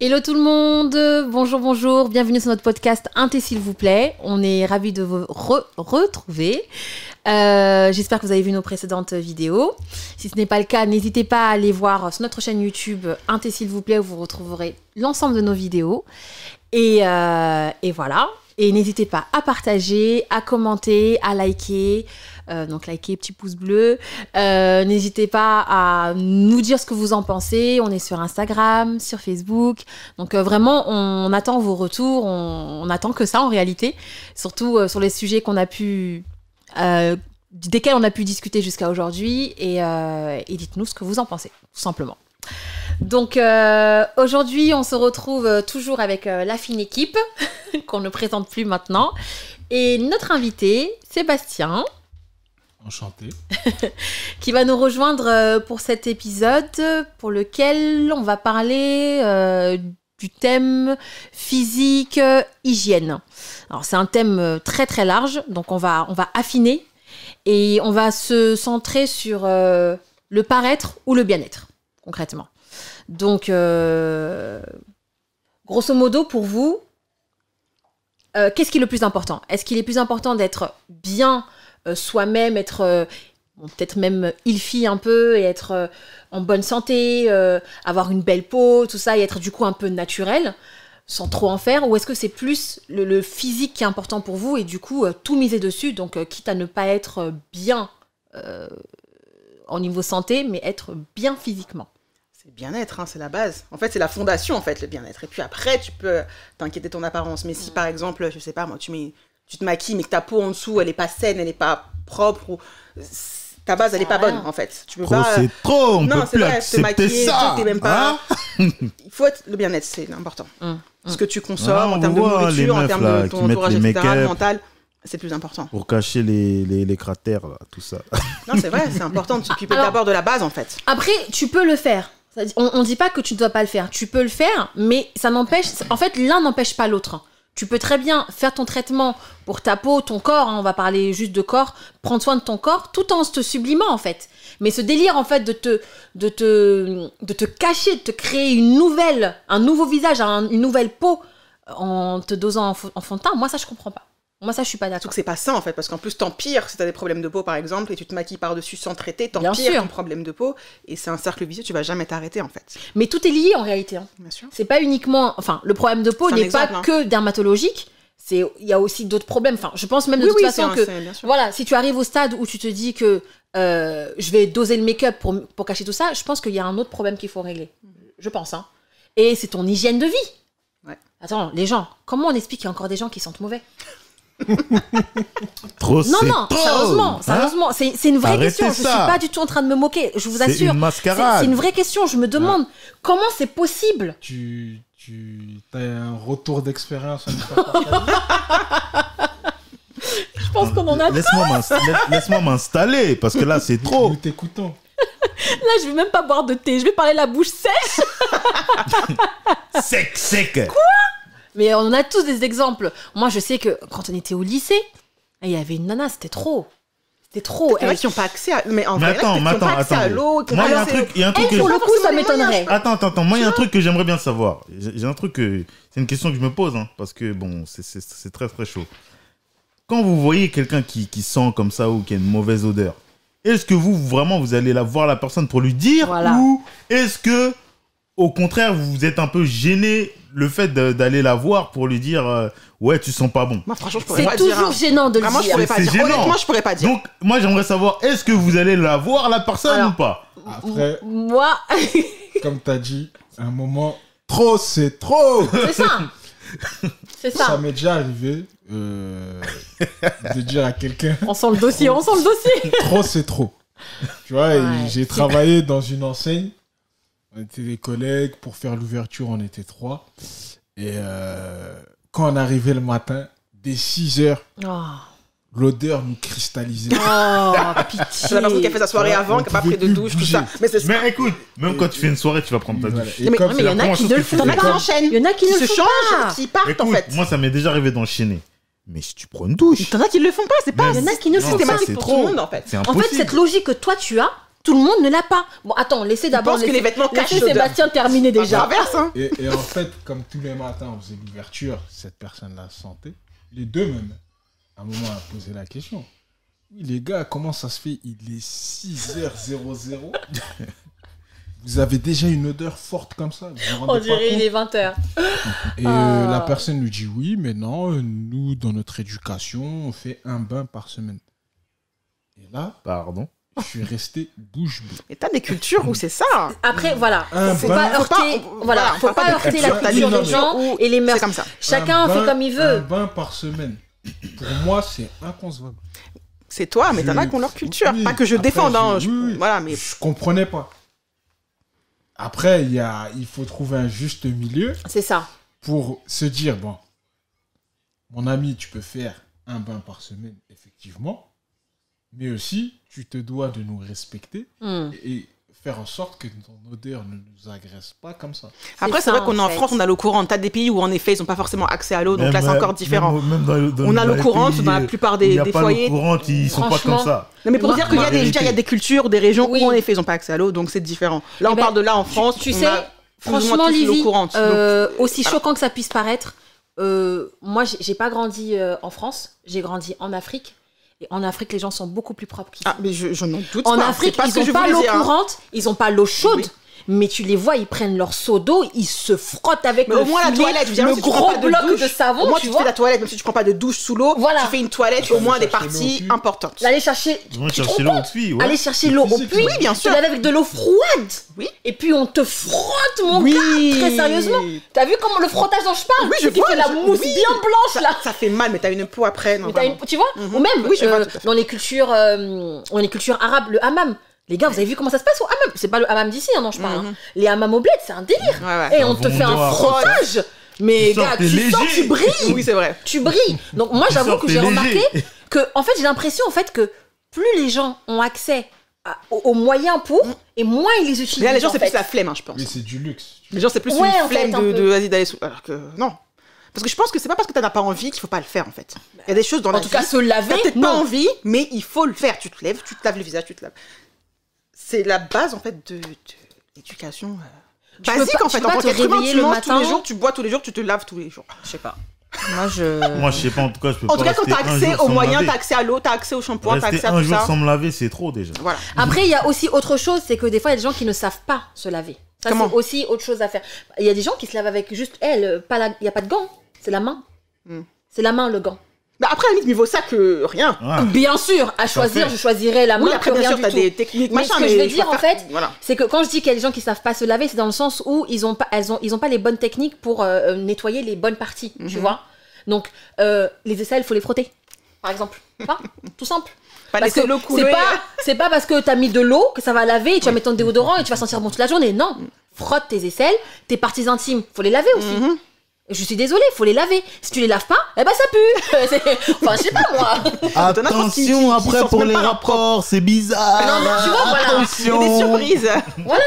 Hello tout le monde, bonjour, bienvenue sur notre podcast Un thé s'il vous plaît. On est ravis de vous retrouver. J'espère que vous avez vu nos précédentes vidéos. Si ce n'est pas le cas, n'hésitez pas à aller voir sur notre chaîne YouTube Un thé s'il vous plaît où vous retrouverez l'ensemble de nos vidéos. Et voilà. Et n'hésitez pas à partager, à commenter, à liker. Donc liker, petit pouce bleu. N'hésitez pas à nous dire ce que vous en pensez. On est sur Instagram, sur Facebook. Donc vraiment, on attend vos retours. On attend que ça en réalité. Surtout sur les sujets qu'on a pu... desquels on a pu discuter jusqu'à aujourd'hui. Et dites-nous ce que vous en pensez, tout simplement. Donc aujourd'hui, on se retrouve toujours avec la fine équipe qu'on ne présente plus maintenant. Et notre invité, Sébastien... Enchanté. qui va nous rejoindre pour cet épisode pour lequel on va parler du thème physique, hygiène. Alors c'est un thème très très large, donc on va affiner et on va se centrer sur le paraître ou le bien-être, concrètement. Donc, grosso modo, pour vous, qu'est-ce qui est le plus important ? Est-ce qu'il est plus important d'être bien soi-même, être peut-être même il-fille un peu et être en bonne santé, avoir une belle peau, tout ça, et être du coup un peu naturel, sans trop en faire, ou est-ce que c'est plus le physique qui est important pour vous et du coup tout miser dessus, donc quitte à ne pas être bien au niveau santé, mais être bien physiquement? C'est le bien-être, hein, c'est la base. En fait, c'est la fondation, en fait, le bien-être. Et puis après, tu peux t'inquiéter de ton apparence. Mais si, par exemple, je sais pas, moi, tu te maquilles, mais que ta peau en dessous, elle est pas saine, elle est pas propre, ou ta base, elle est pas bonne, en fait. Tu peux trop, pas... c'est trop, on non, peut plus accepter ça. T'es même pas... Il faut être le bien-être, c'est important. Ce que tu consommes, en termes de nourriture, en termes de ton entourage, etc., mental, c'est le plus important. Pour cacher les cratères, là, tout ça. Non, c'est vrai, c'est important de s'occuper d'abord de la base, en fait. Après, tu peux le faire. On dit pas que tu ne dois pas le faire. Tu peux le faire, mais ça n'empêche... En fait, l'un n'empêche pas l'autre. Tu peux très bien faire ton traitement pour ta peau, ton corps, hein, on va parler juste de corps, prendre soin de ton corps, tout en te sublimant, en fait. Mais ce délire, en fait, de te cacher, de te créer un nouveau visage, une nouvelle peau, en te dosant en fond de teint, moi, ça, je comprends pas. Moi, ça, je suis pas d'accord. Surtout que c'est pas ça, en fait, parce qu'en plus, t'empires si t'as des problèmes de peau, par exemple, et tu te maquilles par-dessus sans traiter, t'empires ton problème de peau, et c'est un cercle vicieux, tu vas jamais t'arrêter, en fait. Mais tout est lié, en réalité. Hein. Bien sûr. C'est pas uniquement... Enfin, le problème de peau n'est pas que dermatologique, il y a aussi d'autres problèmes. Enfin, je pense même de toute façon que... Voilà, si tu arrives au stade où tu te dis que je vais doser le make-up pour cacher tout ça, je pense qu'il y a un autre problème qu'il faut régler. Je pense, hein. Et c'est ton hygiène de vie. Ouais. Attends, les gens, comment on explique qu'il y a encore des gens qui sentent mauvais ? Trop, non, trop. Sérieusement, c'est une vraie question. Je suis pas du tout en train de me moquer, je vous assure. C'est une mascarade. C'est une vraie question. Je me demande comment c'est possible. Tu as un retour d'expérience à nous faire partager. Je pense qu'on en a. Laisse-moi m'installer parce que là c'est trop. Nous t'écoutons. Là, je vais même pas boire de thé. Je vais parler la bouche sèche. Sec. Quoi ? Mais on a tous des exemples. Moi, je sais que quand on était au lycée, il y avait une nana, c'était trop. C'était trop. Il y en a qui n'ont pas accès à... Mais en vrai, attends, qui n'ont pas accès à l'eau. Moi, il y a un truc que... Pour le coup, ça m'étonnerait. Attends. Moi, il y a un truc que j'aimerais bien savoir. J'ai un truc que... C'est une question que je me pose, hein, parce que, bon, c'est très, très chaud. Quand vous voyez quelqu'un qui sent comme ça ou qui a une mauvaise odeur, est-ce que vous allez voir la personne pour lui dire ou est-ce que, au contraire, vous êtes un peu gêné le fait d'aller la voir pour lui dire ouais, tu sens pas bon? Moi, franchement, je pourrais pas dire. C'est toujours gênant de le dire. Je pourrais pas dire. Honnêtement, je pourrais pas dire. Donc, moi, j'aimerais savoir, est-ce que vous allez la voir, la personne, ou pas? Après, moi, comme t'as dit, à un moment, trop, c'est trop. C'est ça. Ça m'est déjà arrivé de dire à quelqu'un. On sent le dossier. Trop, c'est trop. Tu vois, j'ai travaillé dans une enseigne. On était des collègues. Pour faire l'ouverture, on était 3. Et quand on arrivait le matin, dès 6 heures, l'odeur nous cristallisait. Oh, pitié. C'est la personne qui a fait sa soirée avant, qui n'a pas pris de douche, tout ça. Mais écoute, même quand tu fais une soirée, tu vas prendre ta douche. Mais il y en a qui ne le font pas. Il y en a qui ne le font pas. Qui partent, en fait. Moi, ça m'est déjà arrivé d'enchaîner. Mais si tu prends une douche... Il y en a qui ne le font pas, c'est pas... Il y en a qui ne le font pas. C'est systématique pour tout le monde, en fait. En fait, cette logique que toi, tu as, Tout le monde ne l'a pas. Bon, attends, laissez d'abord... pense que les vêtements cachent laissez l'odeur. Sébastien terminer déjà. Inverse, hein. Et en fait, comme tous les matins, on faisait l'ouverture, cette personne-là sentait. Les deux même. À un moment, elle a posé la question. Oui, les gars, comment ça se fait? Il est 6h00. Vous avez déjà une odeur forte comme ça? Vous vous rendez On pas dirait il compte? est 20h. Et la personne lui dit oui, mais non, nous, dans notre éducation, on fait un bain par semaine. Et là, Pardon. je suis resté bouche bée. Et t'as des cultures où c'est ça. Après, voilà. Un Faut bain. pas heurter, voilà, faut pas heurter la culture des gens et les mœurs. C'est comme ça. Chacun Un fait bain- comme il Un veut. bain par semaine. Pour moi, c'est inconcevable. C'est toi, mais t'en as qui ont leur culture. Oui, Pas que je après, défende, hein. oui. Voilà, mais Je comprenais pas. Après, il faut trouver un juste milieu C'est ça. pour se dire, bon, mon ami, tu peux faire un bain par semaine, effectivement, mais aussi, tu te dois de nous respecter et faire en sorte que ton odeur ne nous agresse pas comme ça. après, c'est ça, vrai qu'on est en en fait. France, on a l'eau courante. T'as des pays où, en effet, ils n'ont pas forcément accès à l'eau, donc là, c'est encore différent. Même On a l'eau courante dans la plupart des foyers. foyers. Il n'y a pas l'eau courante, ils sont pas Franchement, comme ça. Non, mais pour Moi, dire qu'il y a la des, je veux dire, vérité. il y a des cultures, des régions Oui. où, en effet, ils n'ont pas accès à l'eau, donc c'est différent. Là, Eh on ben, parle de là en France. Tu on sais, a plus ou moins franchement, tous l'eau Livy, courante. aussi choquant que ça puisse paraître, moi, j'ai pas grandi en France. J'ai grandi en Afrique. Et en Afrique, les gens sont beaucoup plus propres qu'ici. Ah, mais je n'en doute En pas. Afrique, C'est pas ce que ils je n'ont pas voulais l'eau dire, hein. courante, ils n'ont pas l'eau chaude. Oui. Mais tu les vois, ils prennent leur seau d'eau, ils se frottent avec Mais le au moins la filet, toilette, je veux dire, le même si tu prends gros pas bloc douche, de savon, au moins tu tu te vois. fais la toilette, même si tu prends pas de douche sous l'eau, Voilà. tu fais une toilette au moins des chercher l'eau parties au puits. importantes. Aller chercher, Ils vont tu te chercher rends l'eau au compte puits, ouais. Aller chercher l'eau au physique, puits, oui, bien te sûr. laver avec de l'eau froide. Oui. Et puis on te frotte, mon Oui. gars, très sérieusement. T'as vu comment le frottage dont je parle Oui, je C'est qui vois, fait la je- mousse oui. bien blanche là. Ça fait mal, mais t'as une peau après. Non, Mais t'as vraiment. tu vois Ou même Oui, je vois tout à fait. dans les cultures arabes, le hammam. Les gars, vous avez vu comment ça se passe au hammam? C'est pas le hammam d'ici, hein, dont je parle. hein. Les hammams au bled, c'est un délire. Ouais, ouais. Et on te fait un Vont frottage. Mais Tu sors, gars, t'es tu sors, léger. tu brilles. Oui, c'est vrai. Tu brilles. Donc moi, Tu j'avoue sors, que t'es j'ai léger. remarqué que, en fait, j'ai l'impression en fait que plus les gens ont accès aux moyens pour, et moins ils les utilisent. Mais là, les gens, en c'est fait. plus la flemme, hein, je pense. Mais c'est du luxe. Les gens, c'est plus Ouais, une en flemme fait, un de peu. vas-y d'aller sous. Alors que non. Parce que je pense que c'est pas parce que t'en as pas envie qu'il faut pas le faire, en fait. Il y a des choses dans la En tout cas, vie, se laver, t'as peut-être pas non. envie, mais il faut le faire. Tu te lèves, tu te laves le visage, tu te laves. C'est la base, en fait, de l'éducation. Tu peux Basique, pas- en tu fait. peux En pas tant te qu'être humain, réveiller tu le manges tous matin. les jours, tu bois tous les jours, tu te laves tous les jours. Je sais pas. Moi, je. Moi, je sais pas, en tout cas, je peux En pas tout cas, quand rester t'as un accès jour aux sans me moyens, laver. t'as accès à l'eau, t'as accès au shampoing, t'as Rester accès à un tout jour ça. sans me laver, c'est trop déjà. Voilà. Après, il y a aussi autre chose, c'est que des fois, il y a des gens qui ne savent pas se laver. Ça, Comment c'est aussi autre chose à faire. Il y a des gens qui se lavent avec juste il n'y a pas de gants, c'est la main. C'est la main, le gant. Bah après, à la limite, mieux vaut ça que rien. Ah. Bien sûr, à choisir, fait. je choisirais la main Oui, après, que bien rien sûr, du t'as tout. des techniques, Mais machin, ce que je veux mais dire, en préfère- fait, voilà. c'est que quand je dis qu'il y a des gens qui savent pas se laver, c'est dans le sens où ils ont pas les bonnes techniques pour nettoyer les bonnes parties, tu vois. Donc, les aisselles, il faut les frotter, par exemple. Enfin, tout simple. Pas Parce laisser que l'eau couler. c'est pas parce que t'as mis de l'eau que ça va laver et tu vas mettre ton déodorant et tu vas sentir bon toute la journée. Non, frotte tes aisselles, tes parties intimes, faut les laver aussi. Je suis désolée, faut les laver. Si tu les laves pas, eh ben ça pue. Enfin, je sais pas moi. T'en as qui Attention après sentent pour même les pas leur rapports, c'est bizarre. Non, mais tu vois, voilà. Il y a Attention. des surprises. Voilà.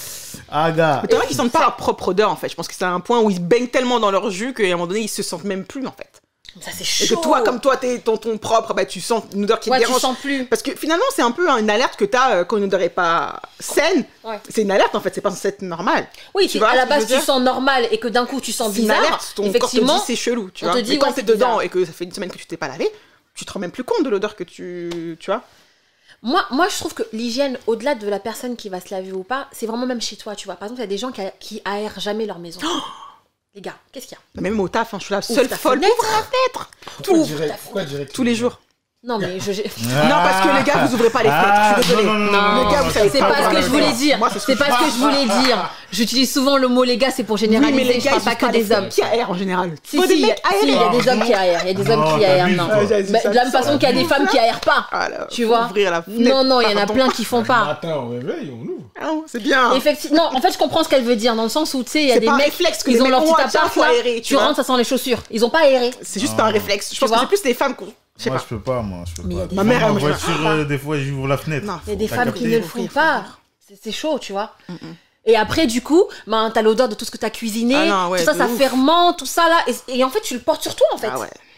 Ah, gars. Mais t'en as qui sentent pas leur propre odeur, en fait. Je pense que c'est un point où ils se baignent tellement dans leur jus qu'à un moment donné, ils se sentent même plus, en fait. Ça c'est Et chaud. que toi, comme toi, t'es ton propre, bah, tu sens une odeur qui ouais, te tu dérange. sens plus. Parce que finalement, c'est un peu une alerte que t'as quand une odeur est pas saine. Ouais. C'est une alerte, en fait. C'est pas censé être normal. Oui, Tu si vois à ce la que je base veux tu dire sens normal et que d'un coup tu sens C'est une bizarre, alerte. Ton corps te effectivement. dit c'est chelou, tu on vois. te dit, Mais quand ouais, t'es c'est dedans bizarre. et que ça fait une semaine que tu t'es pas lavé, tu te rends même plus compte de l'odeur que tu vois. Moi, je trouve que l'hygiène, au-delà de la personne qui va se laver ou pas, c'est vraiment même chez toi, tu vois. Par exemple, il y a des gens qui aèrent jamais leur maison. Les gars, qu'est-ce qu'il y a? Même au taf, hein, je suis la Ouvre seule ta folle. fenêtre. Ouvre la fenêtre. Pourquoi direct Tous les jours. Non, mais je... Non, parce que les gars, vous ouvrez pas les fenêtres. Je suis désolée. Non, Les gars, vous savez c'est pas pas ce ouvrir que les je voulais fenêtres. dire. Moi, c'est ce C'est que pas ce que je voulais dire. J'utilise souvent le mot les gars, c'est pour Oui, généraliser. mais les je gars, parle ils pas sont que des hommes. Qui aèrent en général. Si, Faut si, des il y a mecs aérés. des hommes qui aèrent. Il y a des hommes Non, qui aèrent, t'abuses, non. toi. Bah, de la même façon qu'il y a des femmes qui aèrent pas. Tu vois. Ouvrir la fenêtre. Non, non, il y en a Pardon. plein qui font Le pas. matin, on réveille, on ouvre. Ah non, c'est bien. Effectivement, non, en fait, je comprends ce qu'elle veut dire dans le sens où tu sais, il y a C'est des pas un mecs, réflexe que ils les ont mecs leur ont, petit tiens, appart faut là, aérer, tu tu vois. rentres, ça sent les chaussures. Ils ont pas aéré. C'est juste pas un réflexe. Je pense vois. que c'est plus les femmes. Je sais Moi, pas. je peux pas, moi. Je peux Mais il y a pas. des Ma mère, Moi, en elle me voiture, des fois, j'ouvre la fenêtre. Non, Il y a des T'as femmes capté. qui ne le font pas. C'est chaud, tu vois. Et après, du coup, t'as l'odeur de tout ce que t'as cuisiné, Ah non, ouais, tout ça, de ça ouf. fermente, tout ça là. Et en fait, tu le portes sur toi, en fait. Ah ouais.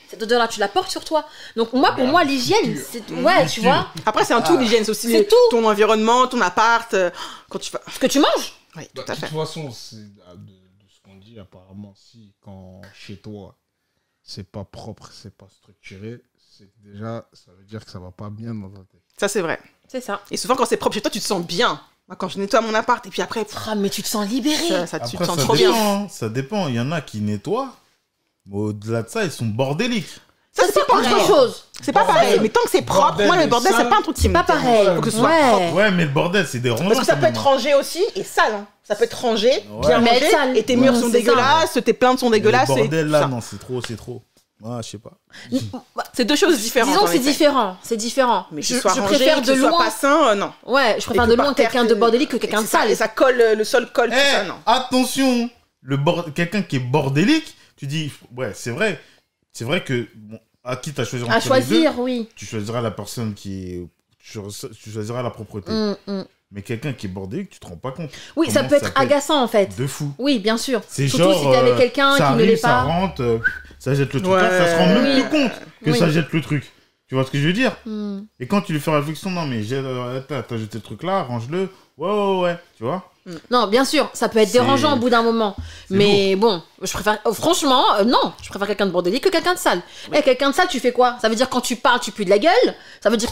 cette odeur-là, tu la portes sur toi. Donc moi, pour moi, l'hygiène, c'est... Ouais, tu vois. Après, c'est un tout, l'hygiène. C'est aussi C'est tout. ton environnement, ton appart. Quand tu vas... Ce que tu manges. Oui, De tout à fait. toute façon, c'est de ce qu'on dit, apparemment, si quand chez toi, c'est pas propre, c'est pas structuré, c'est que déjà, ça veut dire que ça va pas bien dans ta tête. Ça, c'est vrai. C'est ça. Et souvent, quand c'est propre chez toi, tu te sens bien. Moi, quand je nettoie mon appart, et puis après, Ah, mais tu te sens libéré. tu te Après, sens ça trop bien. dépend, hein. Ça dépend. Il y en a qui nettoient. Mais au-delà de ça, ils sont bordéliques. Ça, C'est autre chose. C'est pas pareil. Mais tant que c'est propre, Bordel, moi, le mais bordel, sale, c'est pas un truc qui me Pas dérange. pareil. Faut que ce soit Ouais. propre. Ouais, mais le bordel, c'est dérangeant. Parce que ça quand peut même, être hein. rangé aussi et sale. Hein. Ça peut être rangé, bien Mais rangé, être sale. et tes murs Ouais, sont c'est ça. dégueulasses, tes plaintes sont dégueulasses. Le et bordel, là, ça. non, c'est trop. Ouais, je sais pas. C'est deux choses différentes. Disons en que c'est effet. différent. C'est différent. Mais que je ce soit rangé, préfère que de ce soit loin. pas sain, non. Ouais, je préfère Et de que loin par terre, quelqu'un de bordélique que et quelqu'un de ça- sale. Et ça colle, le sol colle, tout ça, non. Attention, quelqu'un qui est bordélique, tu dis, ouais, c'est vrai que, bon, à qui t'as choisi À entre les deux, choisir, oui. tu choisiras la personne qui est, tu choisiras la propreté. Mm. Mais quelqu'un qui est bordélique, tu te rends pas compte. Oui, ça Comment peut être agaçant en fait. De fou. Oui, bien sûr. C'est Surtout genre, si t'es avec quelqu'un ça qui ne arrive, l'est ça pas. rentre, ça jette le truc. Ouais. Là, ça se rend même Oui. plus compte que Oui. ça jette le truc. Tu vois ce que je veux dire? Mm. Et quand tu lui fais réflexion, non mais t'as jeté le truc là, range-le. Ouais, tu vois? Non, bien sûr, ça peut être C'est- dérangeant au bout d'un moment. c'est Mais bon, je préfère. Franchement, non, je préfère quelqu'un de bordélique que quelqu'un de sale. Et quelqu'un de sale, tu fais quoi? Ça veut dire quand tu parles, tu pues de la gueule? Ça veut dire que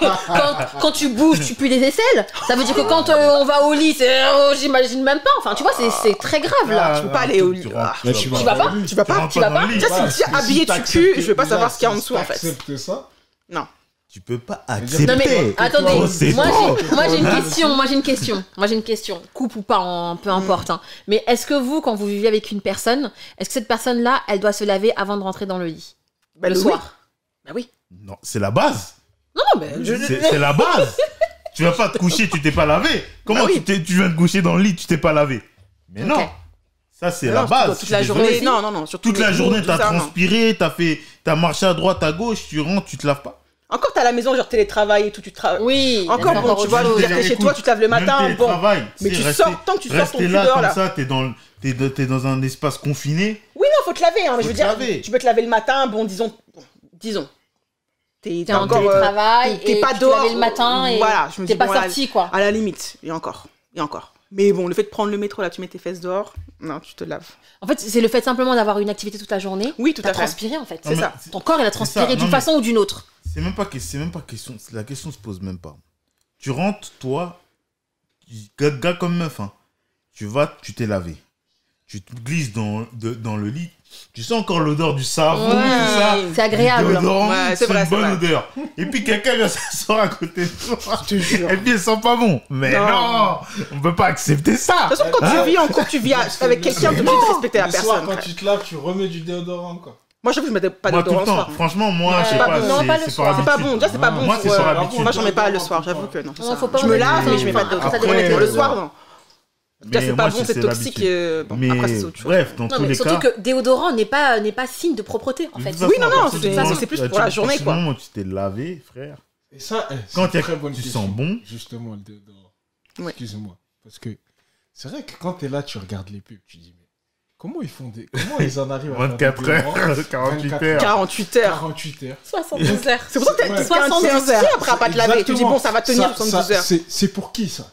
quand tu bouges, tu pues des aisselles? Ça veut dire que quand on va au lit, c'est. J'imagine même pas. Enfin, tu vois, c'est très grave là. tu peux pas aller au lit. Tu Ah. rentres, Mais tu tu vas vas pas. pas. Tu vas pas. rentres tu vas dans pas. le lit. Déjà, si tu es habillé, tu pues, je veux pas savoir ce qu'il y a en dessous en fait. Accepte ça. Non. Tu peux pas Non, accepter. Non mais attendez, Oh, c'est moi trop. j'ai une question, coupe ou pas, peu importe. Hein. Mais est-ce que vous, quand vous vivez avec une personne, est-ce que cette personne-là, elle doit se laver avant de rentrer dans le lit Bah, le oui. soir? Bah oui. Non, c'est la base. Non, mais C'est la base. Tu vas pas te coucher, tu t'es pas lavé. Comment Bah oui. tu viens de coucher dans le lit, tu t'es pas lavé? Mais non. Ok. Ça, c'est Non, la toute base. Toute la Je suis journée. désolé. Non. Surtout Toute la les journée, cours, t'as tout ça, non. transpiré, t'as marché à droite, à gauche, tu rentres, tu te laves pas. Encore, t'as la maison, genre télétravail et tout, tu travailles. oui. Encore, c'est bon, tu vois, autre je veux chose. dire, t'es chez toi, tu te laves le matin, Même bon. télétravail, Mais c'est tu rester- sors, tant que tu sors ton rester là pudeur, comme là. ça, t'es dans un espace confiné. Oui, non, faut te laver, hein. Mais je veux te dire, laver. tu peux te laver le matin, bon, disons. T'es en télétravail t'es et pas tu te dehors. lavais le matin et Voilà, je me t'es dis, pas bon, à la- sorti quoi. À la limite, et encore. Mais bon, le fait de prendre le métro, là, tu mets tes fesses dehors, non, tu te laves. En fait, c'est le fait simplement d'avoir une activité toute la journée. Oui, tout T'as à fait. transpiré en fait. Non, mais ça. Ton corps il a ça. transpiré Non, d'une mais- façon ou d'une autre. C'est même pas question. La question se pose même pas. Tu rentres, toi, gars comme meuf, hein, tu t'es lavé. Tu te glisses dans le lit. Tu sens encore l'odeur du savon, Ouais, tout ça. c'est agréable. Du déodorant, Ouais, c'est c'est vrai, une c'est bonne vrai. odeur. Et puis quelqu'un vient s'asseoir à côté de toi. Je te jure. Et puis elle sent pas bon. Mais Non. non, on peut pas accepter ça. De toute façon, quand tu vis en couple, tu vis avec quelqu'un, tu dois respecter la Le soir, personne. quand frère. tu te laves, tu remets du déodorant, quoi. Moi, j'avoue, je mettais pas Moi tout d'odorant le le temps. soir. Franchement, moi, Ouais. je sais Pas pas. bon, non, pas le soir. C'est pas bon, déjà, c'est pas bon. Moi, pour, c'est sur habitude. Moi, j'en mets pas le soir, j'avoue que non. Non, faut pas Je me remettre lave, le mais je mets pas soir. d'odorant. Ça Après, dépend le des- soir, non. Déjà, Mais c'est moi, pas bon, c'est l'habitude. toxique. Bon, Mais après, c'est autre chose. bref, dans Non, tous mais les surtout cas. que déodorant n'est pas signe de propreté en fait. de toute Oui, façon, non, non, à partir du moment c'est plus où pour la tu- journée, à partir quoi. du moment où tu t'es lavé, frère. Et ça, Quand c'est une très bonne tu question. sens bon. Justement, le déodorant. Ouais. Excuse-moi. Parce que c'est vrai que quand t'es là, tu regardes les pubs, tu dis, mais comment ils en arrivent à faire 24 des déodorants heures, 48 heures. 48 heures. 48 heures. 72 heures. C'est pour ça que t'es Ouais. 71 heures après à pas te laver. Tu dis, bon, ça va tenir Ça, 72 heures. C'est pour qui, ça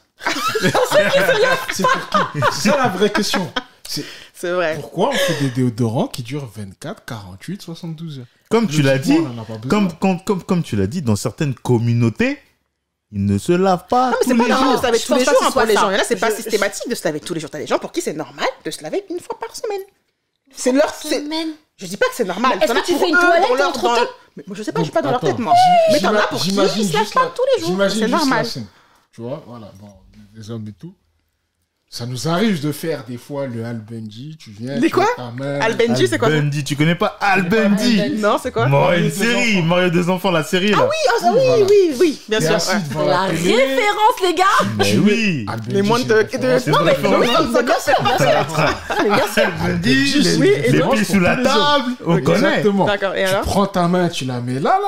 C'est pour qui C'est ça la vraie question. C'est C'est vrai. pourquoi on fait des déodorants qui durent 24, 48, 72 heures Comme tu l'as dit, Logiquement, on en a pas besoin. comme tu l'as dit, dans certaines communautés, ils ne se lavent pas Non, mais c'est tous pas les normal de jours. se laver Je tous les pense pas jours que hein, ce pour soit les ça. gens. Et là, c'est pas Je- systématique de se laver tous les jours. T'as des gens pour qui c'est normal de se laver une fois par semaine. C'est leur. Semaine. Je dis pas que c'est normal. Mais est-ce T'en as que tu pour fais une eux, toilette pour leur- entre dans- temps Mais moi, je sais pas, je suis pas dans leur Attends, tête, moi. Mais t'en as pour qui j'imagine ils se lavent juste pas la- tous les jours. J'imagine C'est juste normal. la scène. Tu vois, voilà, bon, des hommes et tout. Ça nous arrive de faire des fois le Al Bundy, tu viens. Les tu quoi mets ta main. Al Bundy, c'est quoi ça Bundy, tu connais pas Al Bundy? Non, c'est quoi Bon, Mario une des série, enfants. Mario des enfants, la série là. Ah, ça, oui, Voilà. oui, bien T'es sûr. assis ouais. devant La la télé. référence, les gars. Mais oui. Al Bundy, Les moins de- c'est une de- référence. Non, mais Mais oui, oui. c'est bien sûr, bien sûr. Mais bien sûr. Al Bundy, Oui, les et les donc, pieds pour sous la tous les hommes. table, on connaît. Exactement. D'accord, et Tu alors prends ta main, tu la mets là.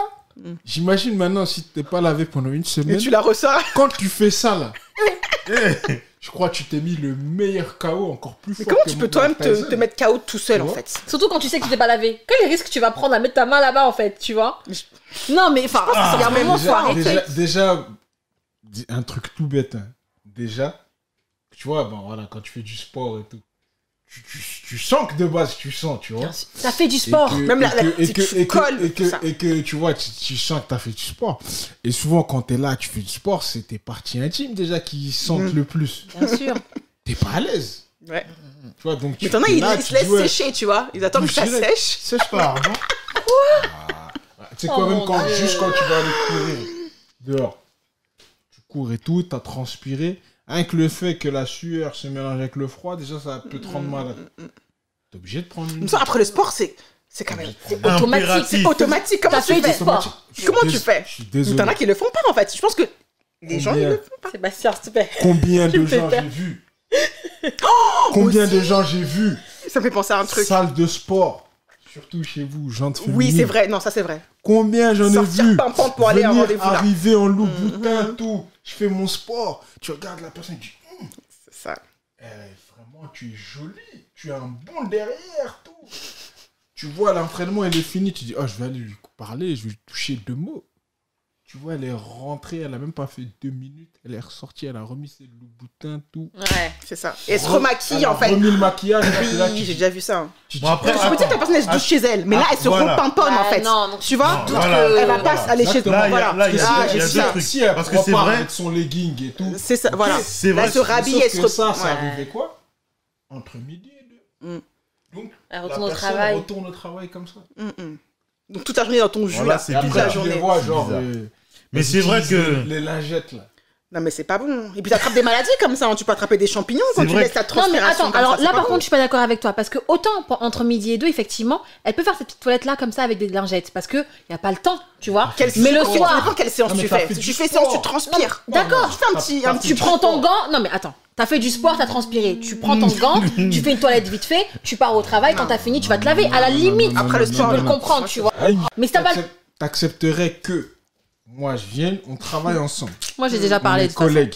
J'imagine maintenant, si tu t'es pas lavé pendant une Et semaine, tu la ressors. quand tu fais ça là, je crois que tu t'es mis le meilleur KO encore plus Mais fort. comment que tu peux toi-même te mettre KO tout seul, Tu en vois fait? Surtout quand tu sais que tu t'es pas lavé. Quel est le risque que tu vas prendre à mettre ta main là-bas, en fait, tu vois? Non, mais enfin, il y a un moment, faut arrêter. Déjà, un truc tout bête. Hein. Déjà, tu vois, bon, voilà, quand tu fais du sport et tout, tu sens que de base, tu sens, tu vois. Ça fait du sport. Même si tu colles, tout ça. Et que tu vois, tu sens que tu as fait du sport. Et souvent, quand tu es là, tu fais du sport, c'est tes parties intimes déjà qui sentent le plus. Bien sûr. T'es pas à l'aise. Ouais. Tu vois, donc Mais t'en as, ils se laissent sécher, tu vois. Ils attendent que ça sèche. Sèche pas, non? Tu sais quoi, même juste quand tu vas aller courir dehors, tu cours et tout, t'as transpiré. Rien que le fait que la sueur se mélange avec le froid, déjà ça peut te rendre malade. T'es obligé de prendre une. Ça, après le sport, c'est quand même Automatique. c'est automatique. Comment T'as tu fait du fais? sport. Comment tu fais? Je suis désolé. T'en as qui le font pas, en fait. Je pense que les gens, ils le font pas. Sébastien, s'il te plaît. Combien Tu de me fais gens peur. j'ai vu Combien de gens j'ai vu Ça me fait penser à un truc. Salle de sport, surtout chez vous, gens de Oui, c'est vrai. Non, ça, c'est vrai. Combien j'en ai Sortir vu pimpante pour aller à un venir rendez-vous, là. arriver en loup-boutin, tout. Je fais mon sport. Tu regardes la personne, tu dis, C'est ça. vraiment, tu es jolie. Tu as un bon derrière, tout. Tu vois, l'entraînement, il est fini. Tu dis, oh, je vais aller lui parler, je vais lui toucher 2 mots. Tu vois, elle est rentrée, elle a même pas fait 2 minutes. Elle est ressortie, elle a remis ses loups-boutins, tout. Ouais. C'est ça. Et elle se remaquille, en fait. Elle a remis le maquillage. Oui, j'ai déjà vu ça. Hein. Bon, après, Je peux dire que la personne, elle se douche chez elle. Mais là, elle se voilà. repimponne, en fait. Non, donc Tu vois? Non, voilà. Elle va pas aller chez Exactement. elle. Voilà. Là, il y a Ah, deux- il y j'ai a vu deux ça. trucs. Si elle Parce que prend c'est pas vrai. avec son legging et tout. C'est ça, voilà. C'est Là, vrai. elle se rhabille, Sauf elle se que ça ouais. arrivait quoi? Entre midi et 2. Mm. Donc, Elle la retourne au personne travail. retourne au travail comme ça. Donc toute la journée dans ton jus, Voilà, là. c'est Et après, Toute la bizarre. tu les journée. vois, genre. Bizarre. Mais c'est vrai que- Les lingettes, là. Non, mais c'est pas bon. Et puis t'attrapes des maladies comme ça. Hein. Tu peux attraper des champignons quand C'est tu vrai laisses ta Non, mais transpiration. attends, comme alors ça, c'est là pas par bon. contre, je suis pas d'accord avec toi parce que autant entre midi et 2, effectivement, elle peut faire cette petite toilette là comme ça avec des lingettes parce que y a pas le temps, tu vois. Mais le Ça soir, dépend quelle séance Non, mais tu t'as fais. fait Si du tu fais sport. séance, tu transpires. d'accord. Tu fais un petit Tu prends ton gant. Non mais attends, t'as fait du sport, t'as transpiré. Tu prends ton gant, tu fais une toilette vite fait, tu pars au travail. Quand t'as fini, tu vas te laver. À la limite, Après le je sport, peux le non. comprendre, tu vois. Aïe. Mais si t'as pas, T'accepterais que moi je vienne, on travaille ensemble. moi j'ai déjà On parlé est de toute façon. collègues.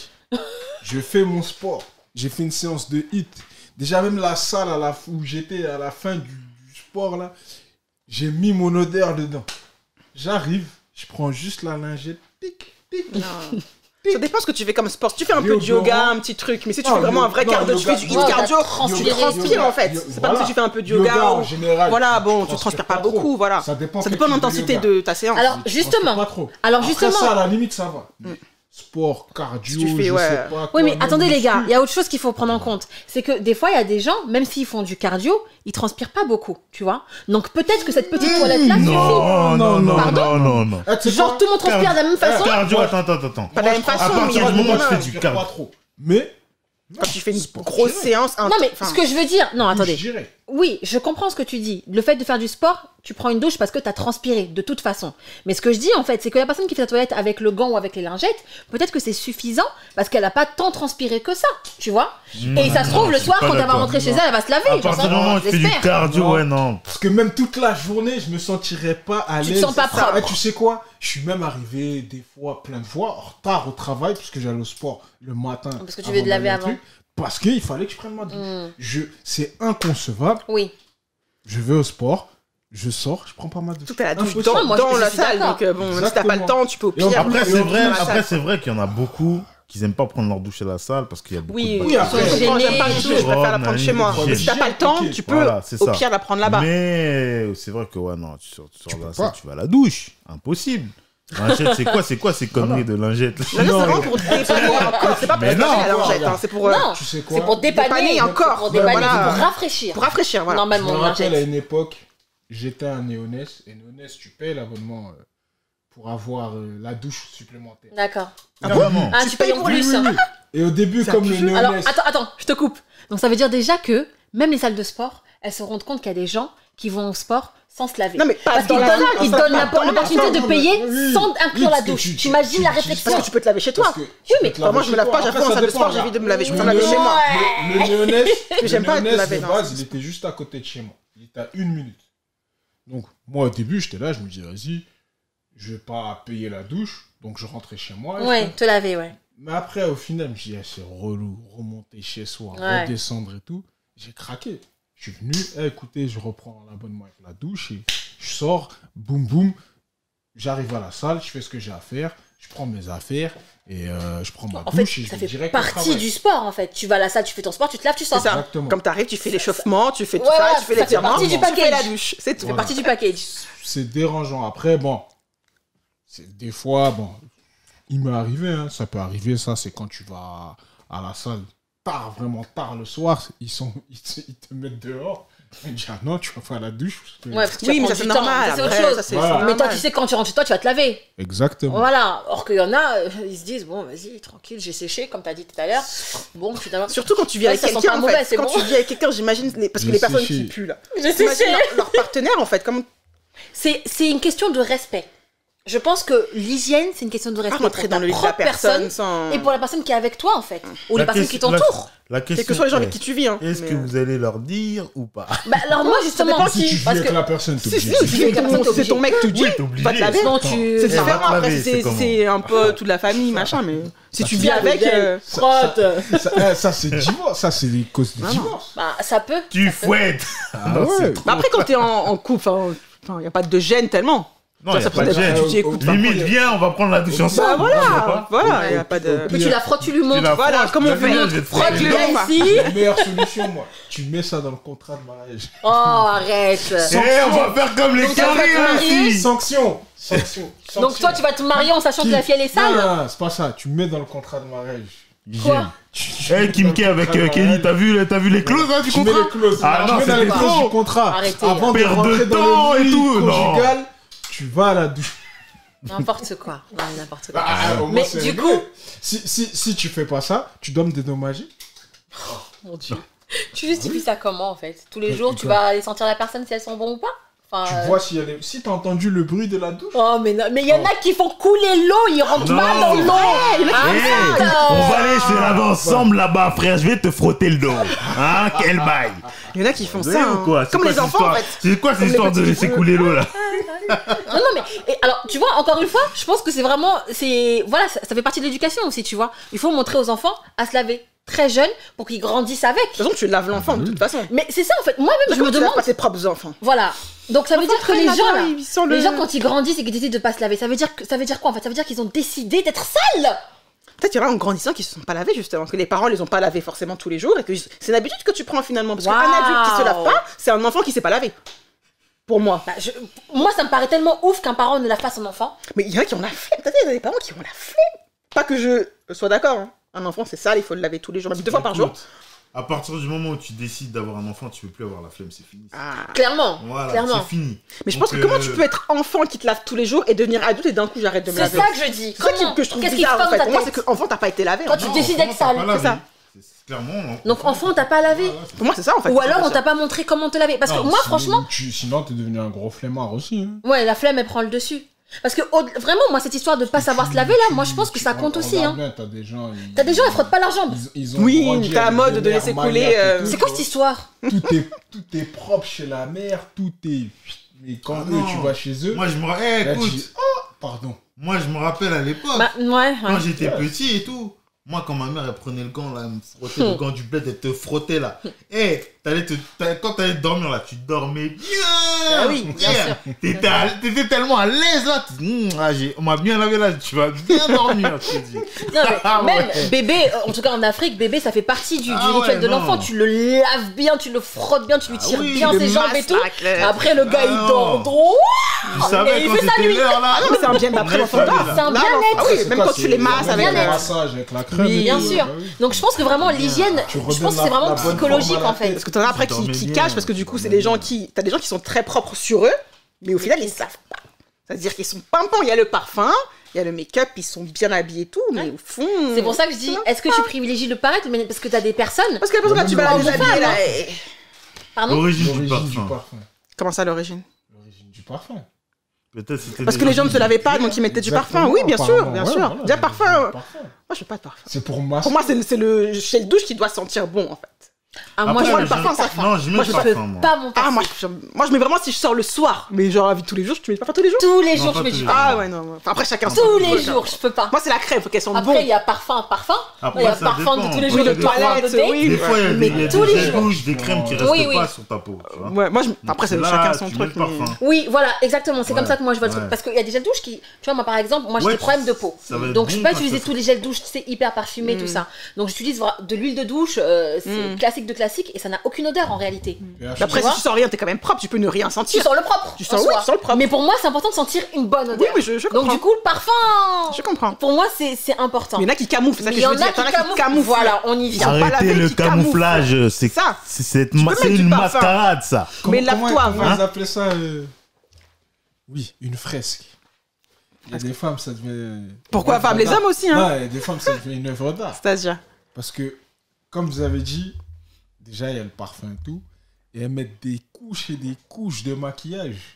Je fais mon sport. J'ai fait une séance de hit. Déjà même la salle où j'étais à la fin du sport là, j'ai mis mon odeur dedans. J'arrive, je prends juste la lingette. Tic, tic. Non. Ça dépend ce que tu fais comme sport. Si tu fais un peu de Déodorant. yoga, un petit truc, mais si tu Non, fais vraiment un vrai non, cardio, tu yoga, fais du hit yoga, cardio, tu transpirer. transpires en fait. C'est pas comme si tu fais un peu de yoga en ou... général. Voilà, bon, tu transpires pas beaucoup, voilà. Ça dépend Ça quel dépend de type l'intensité yoga. de ta séance. Alors Je justement, transpire pas trop. alors Après justement, ça, à la limite, ça va. Sport, cardio, Si tu fais, je ouais. sais pas quoi. oui, mais même attendez les muscu. gars, il y a autre chose qu'il faut prendre en compte. C'est que des fois, il y a des gens, même s'ils font du cardio, ils transpirent pas beaucoup, tu vois. Donc peut-être que cette petite toilette-là suffit. Non, non, non, Pardon non, non. Ah, tu sais Genre quoi tout le monde transpire de la même façon. Cardio, attends. Pas de la même Moi, je façon, à mais il y partir a du moment où tu des fais moments, du je cardio. pas trop. Mais quand tu fais une Sport, grosse je dirais. séance... Non mais ce que je veux dire, non attendez. je dirais. Oui, je comprends ce que tu dis. Le fait de faire du sport, tu prends une douche parce que tu as transpiré, de toute façon. Mais ce que je dis, en fait, c'est que la personne qui fait la toilette avec le gant ou avec les lingettes, peut-être que c'est suffisant parce qu'elle n'a pas tant transpiré que ça, tu vois. Et ça se trouve, le je suis soir, pas quand elle va d'accord. rentrer chez elle, elle va se laver. À j'en partir sais du moment où rien, tu fais du j'espère. cardio, Non. ouais, non. Parce que même toute la journée, je me sentirais pas à l'aise. Tu te sens pas C'est ça. propre. Et tu sais quoi? Je suis même arrivé des fois, plein de fois, en retard au travail, puisque j'allais au sport le matin. Parce que tu veux te laver d'aller au avant. truc, parce qu'il fallait que je prenne ma douche. C'est inconcevable. Oui. Je vais au sport, je sors, je prends pas ma douche. Tout à la douche Impossible. dans, Moi, dans je la suis salle. d'accord. Donc bon, même si t'as pas Exactement. le temps, tu peux au Et en pire... plus, Après, c'est vrai, dans la salle. c'est vrai qu'il y en a beaucoup qui aiment pas prendre leur douche à la salle parce qu'il y a beaucoup Oui, de oui, après, après, ils sont j'aime pas gênés. du tout, je préfère la prendre chez moi. Ok. Mais si t'as pas le temps, Ok. tu peux Voilà, c'est au ça. pire la prendre là-bas. Mais c'est vrai que ouais, non, tu sors de peux la salle, pas. tu vas à la douche. Impossible. Lingette, c'est quoi ces conneries de lingettes La c'est vraiment pour dépanner encore, c'est pas pour Mais non, dépanner la lingette, hein, c'est pour Non, Tu sais quoi? c'est pour dépanner. Dépanner encore. Pour dépanner, Voilà. pour rafraîchir. pour rafraîchir, voilà. Je Normalement, me une rappelle à lingette. une époque, j'étais à Néonès, et Néonès, tu payes l'abonnement pour avoir la douche supplémentaire. D'accord. Vraiment. Ah, tu payes en plus. Et au début, comme le Néonès... Alors, attends, je te coupe. Donc, ça veut dire déjà que même les salles de sport, elles se rendent compte qu'il y a des gens qui vont au sport sans se laver. Non, mais pas Parce dans qu'ils la- donnent, ils attends, donnent attends, l'opportunité attends, de payer oui. sans inclure Oui, la parce que douche. T'imagines la réflexion? Parce que tu peux te laver chez toi. Oui, mais moi, je me lave pas, chaque fois en salle de sport, j'évite de me laver. Je préfère me laver chez moi. Le Néonès, J'aime pas me laver de dans base, un il était juste à côté de chez moi. Il était à 1 minute. Donc, moi, au début, j'étais là, je me disais, vas-y, je vais pas payer la douche. Donc, je rentrais chez moi. et Ouais, te laver, ouais. Mais après, au final, je me dis, c'est relou, remonter chez soi, redescendre et tout. J'ai craqué. Je suis venu, écoutez, je reprends l'abonnement avec la douche et je sors, boum boum. J'arrive à la salle, je fais ce que j'ai à faire, je prends mes affaires et je prends ma douche et je vais direct au travail. Ça fait partie du sport en fait. Tu vas à la salle, tu fais ton sport, tu te laves, tu sors. C'est ça. Exactement. Comme t'arrives, tu fais l'échauffement, tu fais tout ça, tu fais l'étirement, tu fais la douche. C'est tout. Ça fait partie du package. C'est dérangeant. Après, bon, des fois, bon, il m'est arrivé, hein, ça peut arriver, ça, c'est quand tu vas à la salle tard, vraiment tard le soir, ils te mettent dehors. Ils disent, ah non, tu vas faire la douche. Ouais, parce que oui, mais ça c'est normal. C'est autre chose. Ça, c'est Voilà. Mais toi, tu sais, quand tu rentres chez toi, tu vas te laver. Exactement. Voilà. Or qu'il y en a, ils se disent, bon, vas-y, tranquille, j'ai séché, comme tu as dit tout à l'heure. Bon, finalement. Surtout quand tu vis avec ça sent quelqu'un, pas en mauvais, fait. c'est Quand bon. tu vis avec quelqu'un, j'imagine, parce que J'ai les personnes séché. qui puent, là. J'ai T'imagines séché. leur partenaire, en fait. Comme C'est une question de respect. Je pense que l'hygiène, c'est une question de respect. pas rentrer dans le lit de la personne sans... Et pour la personne qui est avec toi, en fait. Ou les personnes qui t'entourent. La Quels question que soient les gens avec est, qui tu vis. Hein. est-ce que vous allez leur dire ou pas? Bah, alors moi, justement, dépend Si tu vis parce avec que la personne, t'es Si, obligé. si, si c'est ton mec, tu dis, Oui, t'es obligé. va te laver. sinon, tu... C'est va différent, te après, laver, si c'est comment c'est un peu toute la famille, machin, mais si tu vis avec... Frotte. Ça, c'est divorce. Ça, c'est les causes de Ah non. divorce. Bah, ça peut. Tu fouettes. Non, ouais. c'est trop. Mais après, quand t'es en couple, il n'y a pas de gêne tellement. Non, il n'y a ça pas peut de être- gêne. tu dis, écoute, Limite, viens, on va prendre la douche ensemble. Bah voilà, il n'y a pas de... Que tu la frottes, tu lui montres. la Voilà, frottes, comme on tu viens, fait. je vais te Frotte frotter le le nez, dos. Ici. La meilleure solution, moi, tu mets ça dans le contrat de mariage. Oh, arrête. Eh, on va faire comme les Donc, on va carrés te marier. aussi. Sanction. Donc toi, tu vas te marier en sachant que la fille, elle est sale. Non, c'est pas ça. Tu mets dans le contrat de mariage. Quoi? Eh, Kim K avec Kenny, t'as vu les clauses là, du Tu mets contrat? les clauses. Ah non, tu mets dans c'était les clauses trop. du contrat. Arrêtez. Avant de Perte de rentrer dans temps le et lit tout, non. conjugal, tu vas à la douche. N'importe quoi. Non, n'importe quoi. Au moins, Mais c'est du réglé. coup- Si tu fais pas ça, tu dois me dédommager. Mon Dieu. Tu justifies ça comment, en fait? Tous les Mais jours, tu quoi vas aller sentir la personne si elles sont bonnes ou pas? Enfin, Tu vois si t'as entendu le bruit de la douche. Oh, mais non, mais il y en a qui font couler l'eau, ils rentrent Non. mal dans l'eau. Eh, on va aller se laver ensemble là-bas, frère. Je vais te frotter le dos. Hein, quel bail. Il y en a qui font Vous ça. savez ou hein. quoi? C'est Comme quoi les cette enfants, histoire en fait. C'est quoi cette Comme les histoire de petits laisser cheveux. couler l'eau là? Non, mais alors, tu vois, encore une fois, je pense que c'est vraiment, voilà, ça fait partie de l'éducation aussi, tu vois. Il faut montrer aux enfants à se laver très jeunes pour qu'ils grandissent avec. De toute façon, tu laves l'enfant, de toute façon. Mais c'est ça, en fait. Moi-même, je me Tu laves demande. pas tes propres enfants. Voilà. Donc ça veut dire que les L'enfant, gens là, il sent le- les gens quand ils grandissent et qu'ils décident de pas se laver, ça veut dire quoi en fait? Ça veut dire qu'ils ont décidé d'être sales. Peut-être qu'il y en a en grandissant qui se sont pas lavés, justement. Que les parents les ont pas lavés forcément tous les jours et que c'est une habitude que tu prends finalement. Parce qu'un adulte qui se lave pas, c'est un enfant qui s'est pas lavé. Pour moi. Bah, moi, ça me paraît tellement ouf qu'un parent ne lave pas son enfant. Mais il y en a qui ont la flemme. Peut-être qu'il y a des parents qui ont la flemme. Pas que je sois d'accord. Hein. Un enfant, c'est sale, il faut le laver tous les jours, même 2 fois par jour. Écoute, à partir du moment où tu décides d'avoir un enfant, tu veux plus avoir la flemme, c'est fini. Ah. Clairement. Voilà, Clairement. c'est fini. Mais je Donc, pense que comment tu peux être enfant qui te lave tous les jours et devenir adulte et d'un coup j'arrête de me C'est laver. ça que je dis. C'est ça Comment que je trouve Qu'est-ce qui bizarre se en passe fait. dans Pour moi, ta c'est tête? que enfant t'as pas été lavé. Quand en tu fait. décides d'être t'as pas sale, lavé. c'est ça. C'est clairement. non. Donc enfant, t'as pas lavé. Pour moi, c'est ça en fait. Ou alors on t'a pas montré comment te laver. Parce que moi, franchement, Sinon, t'es devenu un gros flemmard aussi. Hein. ouais, la flemme, elle prend le dessus. Parce que vraiment, moi, cette histoire de pas savoir se laver là, moi, je pense que ça compte aussi. Hein. T'as des gens, Ils frottent pas leurs jambes. ils ont Oui, grandi t'as la avec mode des de mères laisser maniaques couler, et tout. C'est quoi cette histoire? Tout est propre chez la mère, tout est. Mais quand Ah eux, non. tu vas chez eux, Moi, je me rappelle. là, tu Écoute, dis, oh, pardon. moi, je me rappelle à l'époque. Bah, ouais. Quand j'étais petit et tout, moi, quand ma mère, elle prenait le gant, là, elle me frottait le gant du bled, elle te frottait, là. Eh, quand t'allais dormir, là, tu dormais bien. Ah oui, bien sûr. T'étais tellement à l'aise, là. On m'a bien lavé, là, tu vas bien dormir, je te dis. Non, mais Ah même ouais. bébé, en tout cas en Afrique, bébé, ça fait partie du Ah rituel ouais, de non. l'enfant. Tu le laves bien, tu le frottes bien, tu lui Ah tires oui, bien le ses jambes et tout. massacre. Après, le gars, Ah il non. dort droit. Tu savais mais il quand fait sa c'était nuit. l'heure, là. Ah non, mais c'est un bien. Après, l'enfant dort. C'est un Là, bien-être. Ah oui, C'est même quoi, quand tu les masses c'est avec. le bien-être. massage avec la crème. Bien et tout, sûr. bah oui. Donc je pense que vraiment l'hygiène, Tu je pense que redonnes c'est vraiment la bonne psychologique forme à la en fait. tête. Parce que t'en as après Tu dormais qui bien, cachent parce que du coup, c'est des gens qui. T'as des gens qui sont très propres sur eux, mais au final, ils savent pas. C'est-à-dire qu'ils sont pimpants. Il y a le parfum, il y a le make-up, ils sont bien habillés et tout, mais au fond. C'est pour ça que je dis, est-ce que tu privilégies le paraître mais parce que t'as des personnes. Parce que la personne, là, tu vas la Même déshabiller femme, là. hein. et- Pardon. L'origine du L'origine parfum. du parfum. Comment ça, l'origine? L'origine du parfum. Peut-être c'était Parce des que les gens ne se qui- lavaient pas, donc ils mettaient du parfum. Oui, bien sûr, Apparemment, bien ouais, sûr. voilà, Déjà, l'origine parfum. du parfum. Moi, je fais pas de parfum. C'est pour masser. Pour moi, c'est le gel douche qui doit sentir bon, en fait. Ah, moi, Après, le parfum, ça fait. Non, je mets Moi, le je Je peux parfum, moi. pas mon Ah, parfum. moi, je mets vraiment si je sors le soir. Mais genre, la vie de tous les jours, tu mets le parfum tous les jours? Tous les Non, jours, pas je mets tous du les parfum. Ah, ouais, non. Enfin, après, chacun Tous les jours, je peux pas. Moi, c'est la crème, faut qu'elle sente bon. Après, il y a parfum. Après, Il y a ça parfum dépend. de tous les Oui, jours, de de toilette, de toilette, date. oui. Des fois, il y a Mais des tous les gels jours. douche, des crèmes qui restent Oui, oui. pas sur ta peau. Tu vois. Ouais, moi, après, c'est Là, chacun son tu mets truc. le mais- parfum. Oui, voilà, exactement. C'est comme Ouais. ça que moi je vois le Ouais. truc. Parce qu'il y a des gels douches qui. Tu vois, moi par exemple, moi j'ai Ouais, des problèmes de peau. ça va être Donc je bon peux pas quand utiliser ça tous les gels douches, c'est hyper parfumé, tout ça. Donc j'utilise de l'huile de douche, c'est classique de classique et ça n'a aucune odeur en réalité. Et la Mais après, Tu vois si tu sens rien, t'es quand même propre, tu peux ne rien Tu sentir. sens le propre. Tu en sens, oui, soi. tu sens le propre. Mais pour moi, c'est important de sentir une bonne odeur. Oui, mais je Donc comprends. du coup, le parfum. Je comprends. Pour moi, c'est important. Mais il y en a qui camouflent, c'est ça Mais que il y je en veux dire. a qui Il y en a camouflent. Voilà, on y Ils vient. sont pas Arrêtez lavés, le qui camouflent. camouflage, Ça. c'est mettre une du parfum. mascarade, ça. Mais lave-toi Comment avant. ils appelaient ça Oui, une fresque. Il y a des femmes, ça devient... Pourquoi une œuvre femmes, les d'art. hommes aussi, hein. Non, il y a des femmes, ça devient une œuvre d'art. C'est-à-dire. Parce que, comme vous avez dit, déjà, il y a le parfum et tout. Et elles mettent des couches et des couches de maquillage.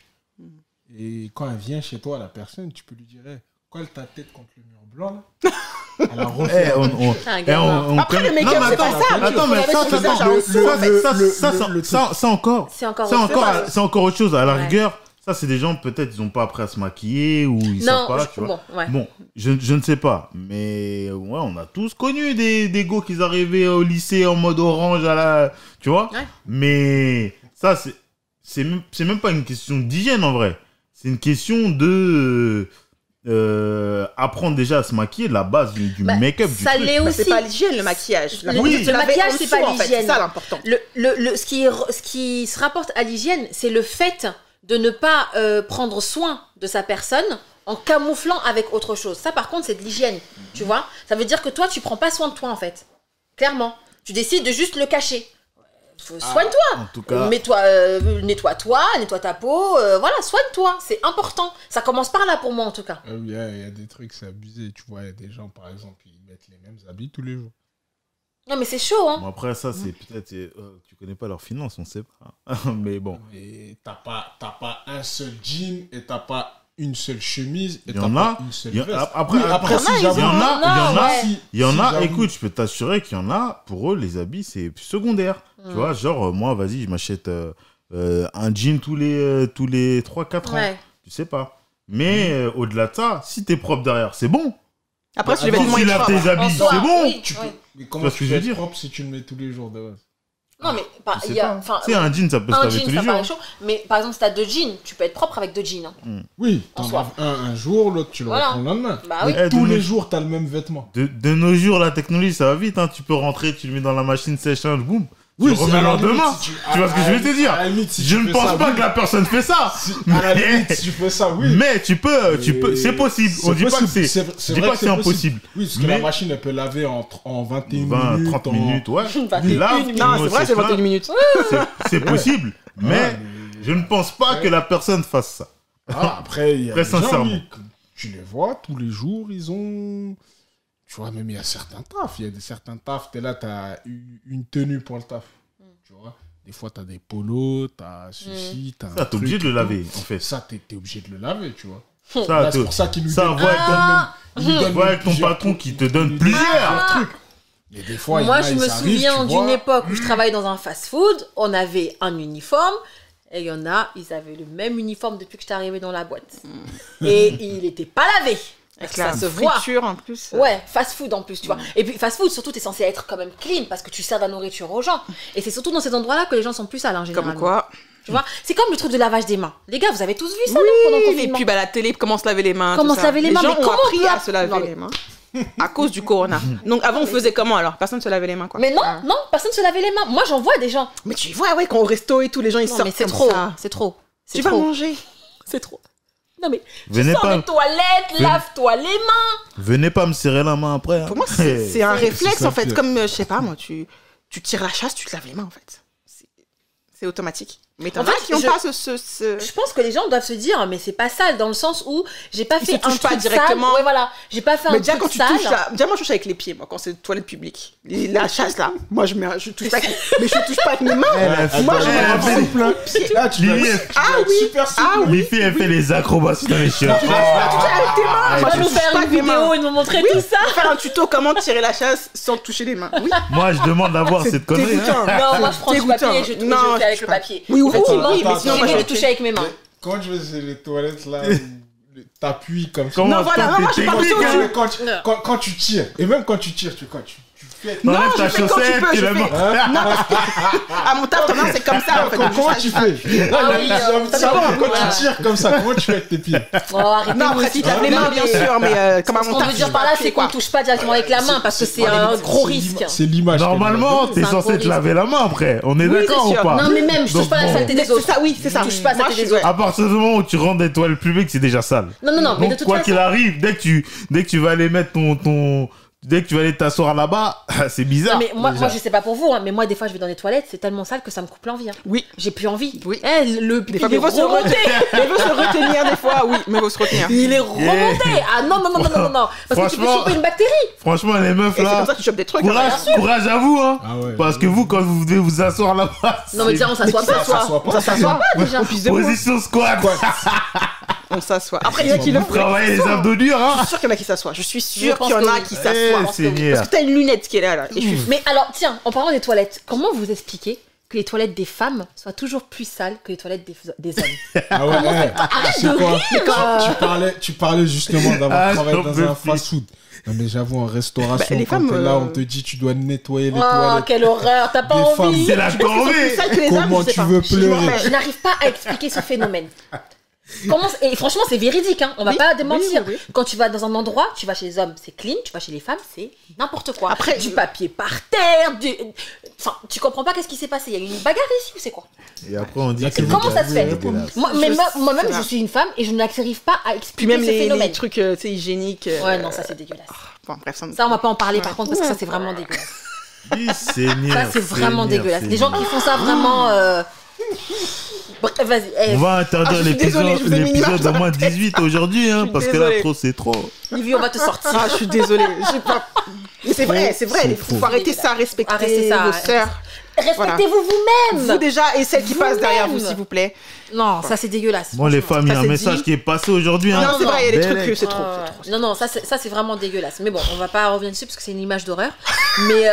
Et quand elle vient chez toi, la personne, tu peux lui dire, hey, colle ta tête contre le mur blanc, là. Elle a refait Eh, la même chose. Un gamin. Après, le make-up, Non, mais c'est pas attends, ça. Attends, mais Faut ça, laver son c'est visage pas- en le- dessous. ça, le- ça, le- ça, le- ça encore. C'est encore C'est autre chose. c'est encore autre chose. À la Ouais. rigueur, ça, c'est des gens, peut-être, ils n'ont pas appris à se maquiller ou ils savent Non, pas, tu vois. bon, ouais. Bon, je ne sais pas, mais ouais, on a tous connu des gars qui arrivaient au lycée en mode orange à la, tu vois. Ouais. Mais ça, c'est même pas une question d'hygiène en vrai. C'est une question de apprendre déjà à se maquiller, la base du Bah, make-up, du ça truc. l'est Bah, aussi. c'est pas l'hygiène, le maquillage. Le- Oui. Se le laver maquillage, en c'est pas dessous, en fait. l'hygiène. C'est ça l'important. Ce qui se rapporte à l'hygiène, c'est le fait de ne pas prendre soin de sa personne en camouflant avec autre chose. Ça, par contre, c'est de l'hygiène, tu vois. Ça veut dire que toi, tu prends pas soin de toi, en fait. Clairement. Tu décides de juste le cacher. Soigne-toi. En tout cas, Nettoie-toi, nettoie ta peau. Voilà, soigne-toi. C'est important. Ça commence par là pour moi, en tout cas. Il y a des trucs, c'est abusé. Tu vois, il y a des gens, par exemple, ils mettent les mêmes habits tous les jours. Non, mais c'est chaud, hein. bon, après, ça, c'est peut-être. Tu connais pas leurs finances, on sait pas. Mais bon. Et t'as pas un seul jean et t'as pas une seule chemise et Il y t'as en pas a. une seule il y a- veste. Après, Après, si il y j'avoue- en a. ouais. Il y en Si a, j'avoue- écoute, je peux t'assurer qu'il y en a, pour eux, les habits, c'est secondaire. Tu vois, genre, moi, vas-y, je m'achète un jean tous les 3-4 ans. Ouais. Tu sais pas. Mais au-delà de ça, si t'es propre derrière, c'est bon. Après, si Bah, les Si vêtements tu ils laves changent. tes habits, En soi, c'est bon. oui, Tu peux- oui. Mais Tu comment vois tu ce que peux je veux être dire propre si tu le mets tous les jours de base? Non, mais Je sais il y a, pas. enfin, Tu sais, un jean, ça peut se un laver jean, tous les ça jours. paraît chaud. Mais par exemple, si t'as 2 jeans, tu peux être propre avec 2 jeans. hein. Oui, En t'en soi. laves un jour, l'autre tu le Voilà. reprends le lendemain. Bah Mais oui. Eh, tous de les nos- jours, t'as le même vêtement. De nos jours, la technologie, ça va vite. Hein. Tu peux rentrer, tu le mets dans la machine sèche-linge, boum. Tu le c'est remets à le la lendemain. limite, si Tu vois ce que je veux te dire? à la limite, si Je tu ne fais pense ça, pas oui. que la personne fait ça. À la limite, si tu fais ça, oui. Mais tu peux, c'est possible. On dit pas que c'est, je dis pas que c'est impossible. Oui, parce que Mais- la machine, elle peut laver en 21 20, minutes. 30 en- minutes, ouais. 21 Là, minutes. Non, c'est vrai, c'est 21 minutes. c'est possible. Mais Ouais, je ne pense pas que la personne fasse ça. Ah, après, il y a Très des gens, sincèrement. oui, que tu les vois tous les jours, ils ont... Tu vois, même il y a certains tafs. Il y a certains tafs, t'es là, t'as une tenue pour le taf. Tu vois, des fois, t'as des polos, t'as ceci, t'as un Ça, t'es obligé truc de le et laver, tout. en fait. Ça, t'es obligé de le laver, tu vois. Ça, Là, c'est pour ça qu'il nous donne... voit avec voit avec ton patron qui te donne plusieurs trucs. Mais des fois, il y en Moi, a, je ils me arrivent, souviens tu d'une vois. époque où je travaillais dans un fast-food. On avait un uniforme. Et il y en a, ils avaient le même uniforme depuis que j'étais arrivée dans la boîte. Et il n'était pas lavé. Avec ça la se voit. friture en plus. Ouais, fast-food en plus, tu vois. Et puis fast-food, surtout, t'es censé être quand même clean parce que tu sers de la nourriture aux gens. Et c'est surtout dans ces endroits-là que les gens sont plus sales, en général. Comme quoi. Tu vois, c'est comme le truc de lavage des mains. Les gars, vous avez tous vu ça, non, pendant le Oui, les confinement. pubs à la télé, comment se laver les mains. Comment tout se ça. laver les mains, gens mais ont comment on appris peut- à se laver Non, mais- les mains à cause du corona. Donc avant, on faisait comment alors? Personne ne se lavait les mains, quoi. Mais non, Ah. non, personne ne se lavait les mains. Moi, j'en vois des gens. Mais tu vois, ouais, quand au resto et tout, les gens ils Non, sortent mais c'est comme trop. ça. C'est trop. C'est Tu vas trop. manger. C'est trop. Non, mais Venez tu sors pas, des toilettes, lave-toi les mains. venez pas me serrer la main après. hein. Pour moi, c'est un réflexe ça en fait. pire. Comme, je sais pas, moi, tu tires la chasse, tu te laves les mains en fait. C'est automatique. Mais t'en En as fait, qui n'ont je- pas ce... Je pense que les gens doivent se dire, mais c'est pas sale, dans le sens où j'ai pas Ils fait se un touchent pas truc directement. sale. Ouais, voilà. J'ai pas fait Mais un déjà, truc quand tu sale. touches là, déjà, moi, je touche avec les pieds, moi, quand c'est toilette publique. La chasse, là, moi, je touche pas avec, mais je touche pas avec mes mains. Moi, je elle mets a un fait- souple, un pied. Là, tu dois Lily, être oui. super souple. Ah oui. Miffy, elle fait les acrobaties dans les chiottes. Tu touches avec tes mains. On Moi, va je nous touche faire pas une avec mes vidéo, mains. ils nous montrer Oui, tout ça. on va faire un tuto comment tirer la chasse sans toucher les mains. Oui. Moi, je demande d'avoir C'est cette connerie. hein. dégoûtant. Non, moi je prends du Dégoûtant. papier et je Non, fais avec je le touche pas. papier. Oui, oui, Effectivement, oui, mais sinon, j'ai moi, envie je de toucher avec mes mains. Quand je vais chez les toilettes, là, t'appuies comme ça. Comment Non, voilà, toi, non, moi, t'es je parle technique, plutôt hein. du- Quand tu tires, et même quand tu tires, tu fais. Non, T'enlèves ta je fais quand tu chaussette, peux, tu je la fais. mets. Non, parce que à mon taf, t'en as, c'est comme ça, en fait. Comment tu fais Ah oui, ça dépend. Quand tu tires comme ça, comment tu fais avec tes pieds? Oh, arrêtez Non, après, tu te laves les mains, bien sûr, mais comme à Ce mon qu'on taf, veut dire je par là, vais c'est appuyer, qu'on quoi. touche pas directement avec la main parce que c'est un gros risque. C'est l'image. Normalement, t'es C'est un censé gros te laver la main après. On est Oui, d'accord c'est ou sûr. pas? Non, mais même, je touche Donc, pas la bon. saleté des C'est autres. ça, oui, c'est ça. Je touche pas la Moi, saleté je des suis- autres. À partir du moment où tu rentres des toilettes publiques, c'est déjà sale. Non, mais de Donc, toute quoi façon. qu'il arrive, dès que tu vas aller mettre dès que tu vas aller t'asseoir là-bas, c'est bizarre. Non, mais moi, déjà. je sais pas pour vous, hein, mais moi, des fois, je vais dans les toilettes, c'est tellement sale que ça me coupe l'envie. Hein. Oui. J'ai plus envie. Oui. Le Des pied fois, il est mais faut se remonté. retenir des fois, oui, mais faut se retenir. Il est remonté. Ah non. Parce que tu peux Franchement, choper une bactérie. Franchement, les meufs Et c'est là, comme ça que tu chopes des trucs. courage, hein. courage à vous, hein. Ah ouais. Parce que vous, quand vous devez vous asseoir là-bas, Non, mais déjà, on s'assoit qui pas. s'assoit pas. Ça s'assoit pas déjà. On pisse debout. position squat, On s'assoit. Après, il y en a qui le vous font. travaillez les abdos durs, Je hein. suis sûre qu'il y en a qui s'assoient. Je suis Je sûre pense qu'il y en que a oui. qui Eh, s'assoient. pense que oui. Seigneur. Parce que t'as une lunette qui est là. Et je suis Mais alors, tiens, en parlant des toilettes, comment vous expliquez que les toilettes des femmes soient toujours plus sales que les toilettes des hommes? Ah ouais, c'est quoi? Tu parlais justement d'avoir Ah, travaillé j'en dans peux un plus. fast-food. Non mais j'avoue, en restauration, les quand femmes, t'es là, on te dit tu dois nettoyer les Oh, toilettes. quelle horreur, t'as pas Des envie. femmes. C'est la Ils sont plus corvée. sales que les hommes, Comment je sais tu pas. veux Je m'en pleurer? mets. Je n'arrive pas à expliquer ce phénomène. Et franchement, c'est véridique, hein. On va Oui, pas démentir. oui. Quand tu vas dans un endroit, tu vas chez les hommes, c'est clean, tu vas chez les femmes, c'est n'importe quoi. Après, du papier par terre, enfin, tu comprends pas qu'est-ce qui s'est passé. Il y a eu une bagarre ici ou c'est quoi? Et après, on dit Et que comment ça se fait? dégueulasse. Moi-même, sais je pas. suis une femme et je n'arrive pas à Puis expliquer même ce les phénomène. trucs tu sais, hygiéniques. Ouais, non, ça c'est dégueulasse. Bon, bref, ça me... Ça, on va pas en parler par contre parce que ça c'est vraiment dégueulasse. Oui, Seigneur, Ça c'est vraiment Seigneur, dégueulasse. Les gens Seigneur. qui font ça vraiment. Bref, vas-y. On va interdire je suis désolée, je vous ai mis une l'épisode marche dans au la moins 18 aujourd'hui, hein, suis parce que là, désolée. trop, c'est trop. Livy, on va te sortir. Ah, je suis désolée. J'ai pas... Mais c'est vrai, il faut arrêter ça, respecter Arrêtez ça, vos sœurs. Respectez-vous vous-même. Vous déjà, et celles qui passent derrière vous, Vous-même. s'il vous plaît. Non, ça c'est dégueulasse. Bon, les franchement. femmes, il y a Ça, un c'est message dit. qui est passé aujourd'hui. Hein. Non, c'est vrai, il y a des Belle trucs que c'est trop. Ouais. c'est trop. Non, ça c'est vraiment dégueulasse. Mais bon, on va pas revenir dessus parce que c'est une image d'horreur. Mais,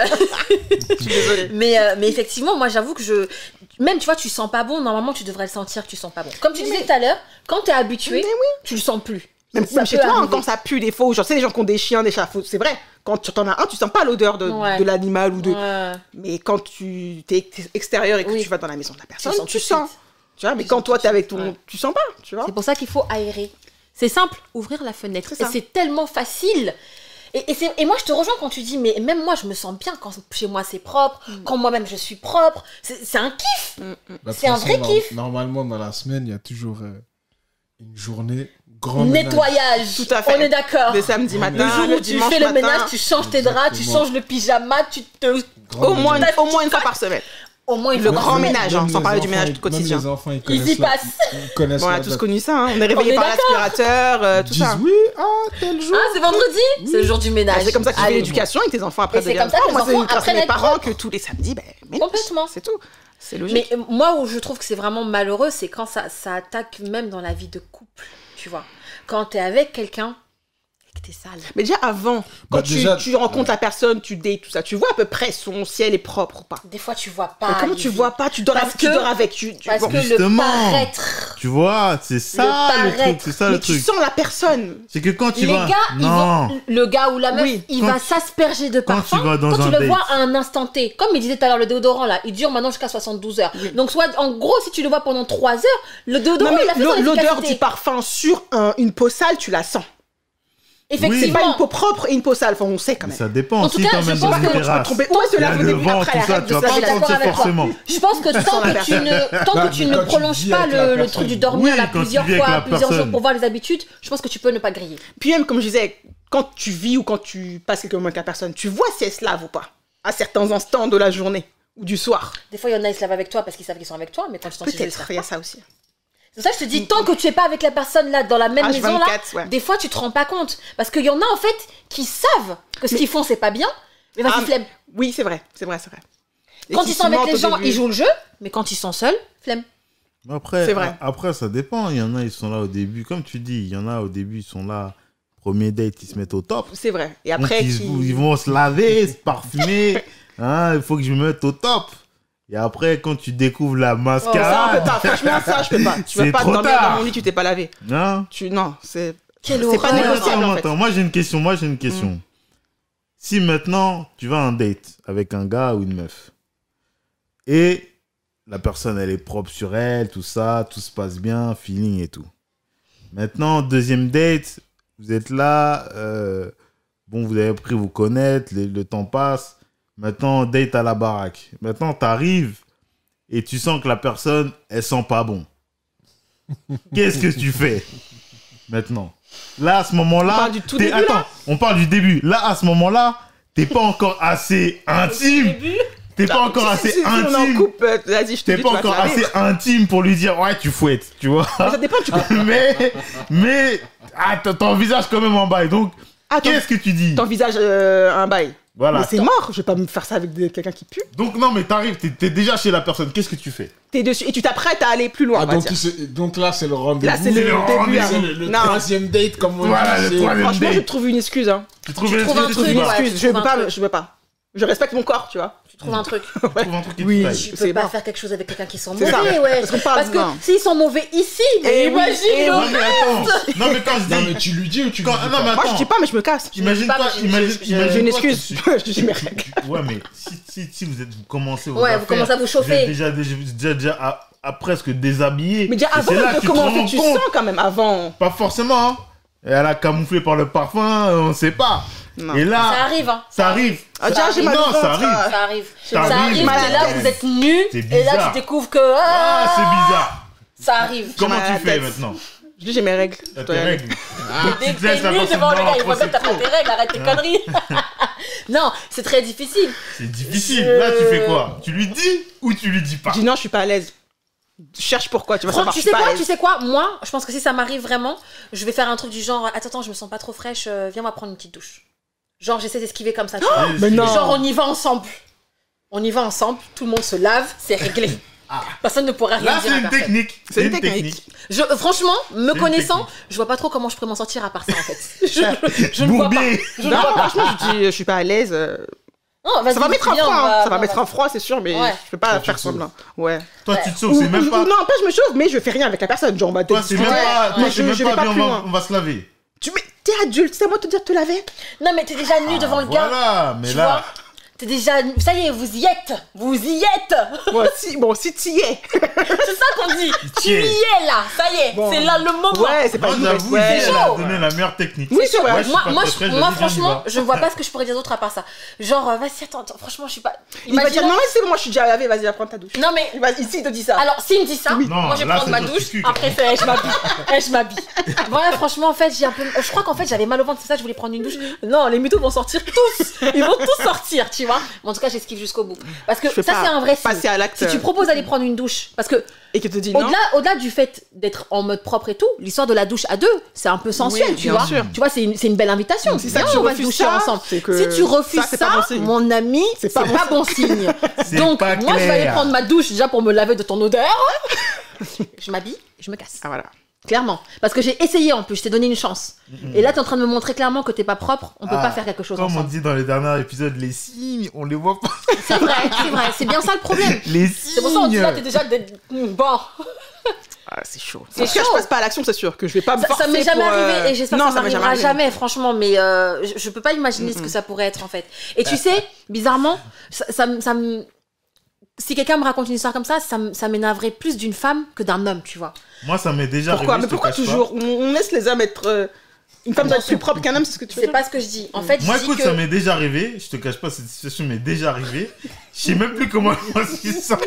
mais effectivement, moi j'avoue que même tu vois, tu sens pas bon. Normalement, tu devrais le sentir que tu sens pas bon. Comme tu disais tout à l'heure, quand t'es habitué, tu le sens plus. Même Ça chez peut toi, hein, arriver. quand ça pue des fois, ou genre, c'est les gens qui ont des chiens, des chats, c'est vrai. Quand tu en as un, tu sens pas l'odeur Ouais. de l'animal ou de. Ouais. Mais quand tu es extérieur et que Oui. tu vas dans la maison de la personne, Tu sens tu tout de sens. suite. Tu vois, mais Tu quand sens toi tout t'es de avec suite, ton. ouais. Tu sens pas, tu vois. C'est pour ça qu'il faut aérer. C'est simple, ouvrir la fenêtre. C'est Et ça. c'est tellement facile. Et moi, je te rejoins quand tu dis, mais même moi, je me sens bien quand chez moi c'est propre, quand moi-même je suis propre. C'est un kiff. Bah, de C'est un toute vrai façon, kiff. Normalement, dans la semaine, il y a toujours une journée grand ménage. Nettoyage. Tout à fait. On est d'accord. Le samedi matin, Le jour où tu dimanche fais le matin, ménage, tu changes tes draps, tu Exactement. changes le pyjama, tu te. Grand au moins, ménage. une fois par semaine. Au moins une Le fois par grand semaine. ménage, hein, Même sans les parler du enfants, ménage ils- quotidien. Même les enfants, ils Ils connaissent y la- passent. Ils connaissent Bon, on a la tous date. connu ça, hein. On est On réveillé est par d'accord. l'aspirateur, Ils tout disent ça. oui, tel jour. Ah, c'est vendredi. C'est le jour du ménage. Ah, c'est comme ça que tu fais Allez. l'éducation avec tes enfants après Et c'est deviennent comme ça que grands. les Moi, c'est enfants grâce à apprennent à mes être parents propres. que tous les samedis, ménage. Complètement. C'est tout. C'est logique. Mais moi, où je trouve que c'est vraiment malheureux, c'est quand ça attaque même dans la vie de couple, tu vois. Quand t'es avec quelqu'un et que t'es sale. Mais déjà avant, quand Bah, déjà- tu rencontres la personne, tu dates, tout ça, tu vois à peu près son ciel est propre ou pas. Des fois, tu vois pas. Mais comment tu Livy. vois pas, tu dors Parce avec, tu que- dors avec, Parce bon. que le Justement. paraître. Tu vois, c'est ça le truc. paraître. C'est ça Mais le tu truc. sens la personne. C'est que quand tu Les vas. gars, ils Non. vont, le gars ou la meuf, Oui. il Quand- va s'asperger de quand parfum. tu vas dans quand tu un le date. vois à un instant T, comme il disait tout à l'heure, le déodorant là, il dure maintenant jusqu'à 72 heures. Donc, soit, en gros, si tu le vois pendant 3 heures, le déodorant, Non, mais il a fait son l'odeur efficacité. du parfum sur une peau sale, tu la sens. C'est Effectivement. pas une peau propre et une peau sale, enfin, on sait quand Mais même. ça dépend. En tout Si cas, t'emmènes je dans pense une que tu peux terrasse, Tromper. Ouais, se il y a lave au le début, vent, après tout elle ça, arrête tu de vas se pas laver la d'accord sentir avec toi. forcément. Je pense que tant la que tu ne, tant Non, que tu mais ne quand tu prolonges vis pas avec la le personne. truc du dormir Oui, là quand tu plusieurs vis avec fois, la plusieurs jours personne. pour voir les habitudes, je pense que tu peux ne pas griller. Puis même, comme je disais, quand tu vis ou quand tu passes quelques moments avec la personne, tu vois si elle se lave ou pas. À certains instants de la journée. Ou du soir. Des fois, il y en a, ils se lavent avec toi parce qu'ils savent qu'ils sont avec toi, mais quand tu t'en Peut-être, il y a ça aussi. C'est ça, je te dis, tant que tu es pas avec la personne là, dans la même maison là, ouais. des fois, tu te rends pas compte. Parce qu'il y en a, en fait, qui savent que ce qu'ils font, c'est pas bien, mais vas-y, flemme. Oui, c'est vrai. Et quand ils sont avec les gens, début... ils jouent le jeu, mais quand ils sont seuls, flemme. Après, c'est vrai. Après, ça dépend. Il y en a, ils sont là au début. Comme tu dis, il y en a au début, ils sont là. Premier date, ils se mettent au top. C'est vrai. Et après, donc, ils vont se laver, se parfumer. Il faut que je me mette au top. Et après, quand tu découvres la mascarade... ça, on peut pas. Franchement, ça, je peux pas. Tu veux pas dormir dans mon lit, tu t'es pas lavé. Non. Non, c'est... Quelle c'est pas négociable, en fait. Attends, moi, j'ai une question. Si maintenant, tu vas en date avec un gars ou une meuf, et la personne, elle est propre sur elle, tout ça, tout se passe bien, feeling et tout. Maintenant, deuxième date, vous êtes là, vous avez appris à vous connaître, le temps passe. Maintenant, date à la baraque. Maintenant, t'arrives et tu sens que la personne, elle sent pas bon. Qu'est-ce que tu fais maintenant? Là, à ce moment-là... On parle du tout début, là. On parle du début. Là, à ce moment-là, t'es pas encore assez intime. T'es pas encore assez intime. On en coupe, vas-y, je te dis, t'es pas encore assez intime pour lui dire, ouais, tu fouettes, tu vois. Mais ça dépend, tu comprends. mais t'envisages quand même un bail. Donc, qu'est-ce que tu dis? T'envisages un bail. Voilà. Mais c'est mort, je vais pas me faire ça avec quelqu'un qui pue. Donc non, mais t'arrives, t'es déjà chez la personne, qu'est-ce que tu fais? T'es dessus et tu t'apprêtes à aller plus loin. Donc là, c'est le rendez-vous. Là, c'est le début. C'est le troisième date, comme on dit. Le troisième Franchement, date. je trouve une excuse. Hein. Tu trouves un truc, Une ouais. excuse, je veux pas. Je respecte mon corps, tu vois. Tu trouves un truc. Tu trouves un truc qui Oui. te taille. Tu peux C'est pas bon. faire quelque chose avec quelqu'un qui sent C'est mauvais, ça. ouais. Parce qu'on parle Parce que non. s'ils sont mauvais ici, mais Eh oui, imagine eh le oui. Non, mais attends. Non, mais quand je dis... Non, mais tu lui dis ou tu lui dis Non, mais pas? Moi, je attends. dis pas, mais je me casse. Imagine-toi, J'ai une excuse. Je dis mes règles. Ouais, mais si vous commencez vos Ouais, affaires, vous commencez à vous chauffer. Vous êtes déjà à presque déshabillé. Mais déjà Et avant c'est là de que commencer, te tu rends compte. sens quand même avant. Pas forcément, hein. Et elle a camouflé par le parfum, on sait pas. Non. Et là, Ça arrive, hein. ça arrive. Ah, déjà, j'ai mal au Non, ventre, ça arrive. Ça arrive. Ça Ça arrive. arrive, Mal à t'es la là, tête. vous êtes nus, C'est et là bizarre. tu découvres que. Ah, c'est bizarre. Ça arrive. Comment mal à la tu fais tête. maintenant? Je dis, j'ai mes règles. Je T'as dois tes y aller. règles. T'es tu te laisses la nul personne devant les dans gars, la ils voient pas que t'as pas trop. tes règles, arrête tes conneries. Non, c'est très difficile. C'est difficile. Là, tu fais quoi? Tu lui dis ou tu lui dis pas? Je dis non, je suis pas à l'aise. Cherche pourquoi, tu vas savoir. Tu je suis pas à l'aise. sais quoi, moi, je pense que si ça m'arrive vraiment, je vais faire un truc du genre, attends, je me sens pas trop fraîche, viens, on va prendre une petite douche. Genre, j'essaie d'esquiver comme ça, tu vois. Mais non. Genre, on y va ensemble. On y va ensemble, tout le monde se lave, c'est réglé. Personne ne pourra rien Là, dire c'est à une personne. technique. C'est une technique. Franchement, me une connaissant, technique. je vois pas trop comment je pourrais m'en sortir à part ça, en fait. Je ne vois pas. Bourbier. Je ne Non, vois pas. franchement, je dis, je suis pas à l'aise. Non, vas-y, Ça va mettre un viens, froid, on hein. Ça va on mettre un froid, c'est sûr, mais Ouais. je peux pas Toi, tu faire te sauves. semblant. Ouais. Toi, tu te sauves, c'est même pas. Non, pas je me chauffe, mais je fais rien avec la personne. Genre, bah, Toi, c'est même Ouais, pas. ouais. Toi, c'est Je même vais pas pas bien, plus loin. on va se laver. Mais t'es adulte, c'est à moi de te dire de te laver. Non, mais t'es déjà nu devant le gars. Voilà, mais Tu là. vois, t'es déjà. Ça y est, vous y êtes. Vous y êtes. Bon, si t'y es. C'est ça qu'on dit. Tu y est. y es là. Ça y est. Bon. C'est là le moment. Ouais, c'est pas Moi, une j'avoue, mauvaise. elle Ouais. a chaud. donné la meilleure technique. Oui, c'est vrai. Ouais, je suis Moi, pas moi, très frais, je moi, dis, viens, on y franchement, va. je ne vois pas ce que je pourrais dire d'autre à part ça. Genre, vas-y, attends, franchement, je suis pas. Il va dire Imaginons- non, mais c'est bon, moi je suis déjà lavé, vas-y, va prendre ta douche. Non, mais. Ici, il te dit ça. Alors, s'il me dit ça, Non, moi je vais là, prendre ma c'est douche. toxique. Après, c'est je m'habille. Voilà, franchement, en fait, j'ai un peu. Je crois qu'en fait, j'avais mal au ventre, c'est ça, je voulais prendre une douche. Non, les mythos vont sortir tous. Ils vont tous sortir, tu vois. Mais en tout cas, j'esquive jusqu'au bout. Parce que Je peux ça, pas c'est un vrai signe. passer à l'acte. Si tu proposes d'aller prendre une douche, parce que Et qu'il te dit non. au-delà du fait d'être en mode propre et tout, l'histoire de la douche à deux, c'est un peu sensuel, Oui, tu bien vois. sûr. Tu vois, c'est une belle invitation. Si ça, Viens, tu on va se refuses doucher ça, ensemble. c'est que Si tu refuses ça, c'est ça, pas bon signe. mon ami, c'est pas bon signe. C'est Donc, pas moi, je vais aller clair. prendre ma douche déjà pour me laver de ton odeur. Je m'habille, je me casse. Ah voilà. Clairement. Parce que j'ai essayé en plus, je t'ai donné une chance. Et là, t'es en train de me montrer clairement que t'es pas propre, on peut pas faire quelque chose Comme on ensemble. dit dans les derniers épisodes, les signes, on les voit pas. C'est vrai, c'est bien ça le problème. Les signes. C'est pour ça qu'on dit là, t'es déjà. Bon. Ah, c'est chaud. C'est En tout cas, chaud. je passe pas à l'action, c'est sûr. Que je vais pas me Ça forcer m'est jamais pour, arrivé et j'espère non, que ça m'est m'arrivera arrivé. jamais, franchement, mais je peux pas imaginer ce que ça pourrait être en fait. Et tu sais, bizarrement, ça me. Si quelqu'un me raconte une histoire comme ça m'énerverait plus d'une femme que d'un homme, tu vois. Moi, ça m'est déjà Pourquoi? arrivé. Mais pourquoi je te cache toujours on laisse les hommes être. Une femme doit être plus propre qu'un homme, c'est ce que tu veux C'est dire? pas ce que je dis. En fait, Moi, je dis écoute, que. ça m'est déjà arrivé. Je te cache pas, cette situation m'est déjà arrivée. Je sais même plus comment je m'en suis sorti.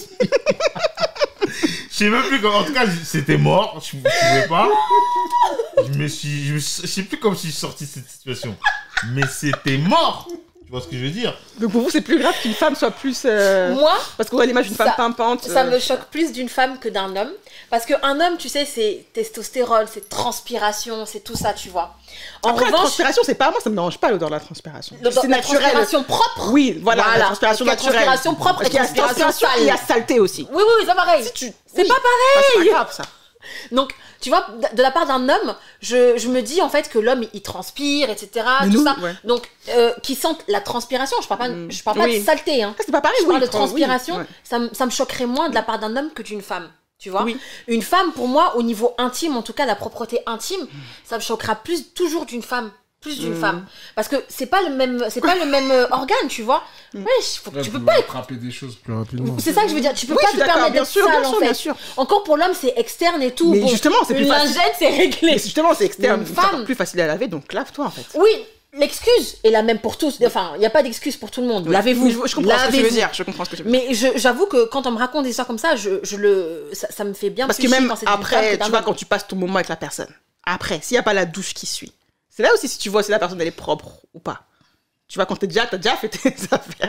Je sais même plus comment. En tout cas, c'était mort. Je pouvais pas. Je sais plus comment je suis sorti de cette situation. Mais c'était mort. Tu vois ce que je veux dire? Donc pour vous, c'est plus grave qu'une femme soit plus. Moi, Parce qu'on a l'image d'une femme pimpante. ça me choque plus d'une femme que d'un homme. Parce qu'un homme, tu sais, c'est testostérone, c'est transpiration, c'est tout ça, tu vois. Après, la transpiration, c'est pas moi, ça me dérange pas l'odeur de la transpiration. C'est naturel. La transpiration propre. Oui, voilà, la transpiration Parce qu'il y a naturelle. transpiration propre et Parce qu'il y a transpiration transpiration sale. et il y a saleté aussi. Oui, c'est pareil. C'est pas Ah, c'est pareil. pas grave, ça. Donc, tu vois, de la part d'un homme, je me dis en fait que l'homme, il transpire, etc. Mais tout nous, ça. ouais. Donc, qui sentent la transpiration. Je parle pas Oui. de saleté. Hein. Ah, c'est pas pareil, Je oui. parle de transpiration. Oui, ouais. Ça me choquerait moins de la part d'un homme que d'une femme. Tu vois, Oui. une femme, pour moi, au niveau intime, en tout cas la propreté intime, ça me choquera toujours d'une femme. Plus d'une femme. Parce que c'est pas le même organe, tu vois. Tu peux pas attraper des choses plus rapidement. C'est ça que je veux dire. Tu peux Oui, pas je suis te d'accord, permettre bien d'être sûr, sale, bien sûr, en fait. bien sûr. Encore pour l'homme, c'est externe et tout. Mais Bon, justement, c'est plus une facile. lingette, c'est réglé. Mais justement, c'est externe. Une C'est femme. encore plus facile à laver, donc lave-toi en fait. Oui, l'excuse est la même pour tous. Enfin, il n'y a pas d'excuse pour tout le monde. Lavez-vous. Oui, je comprends ce que tu veux Lavez-vous. dire. Je comprends ce que tu veux dire. Mais j'avoue que quand on me raconte des histoires comme ça, ça me fait bien Parce plus que même chier quand c'est une femme après, que d'un tu vois, homme. quand tu passes ton moment avec la personne, après, s'il n'y a pas la douche qui suit, c'est là aussi si tu vois si la personne elle est propre ou pas. Tu vois, quand t'as déjà fait tes affaires.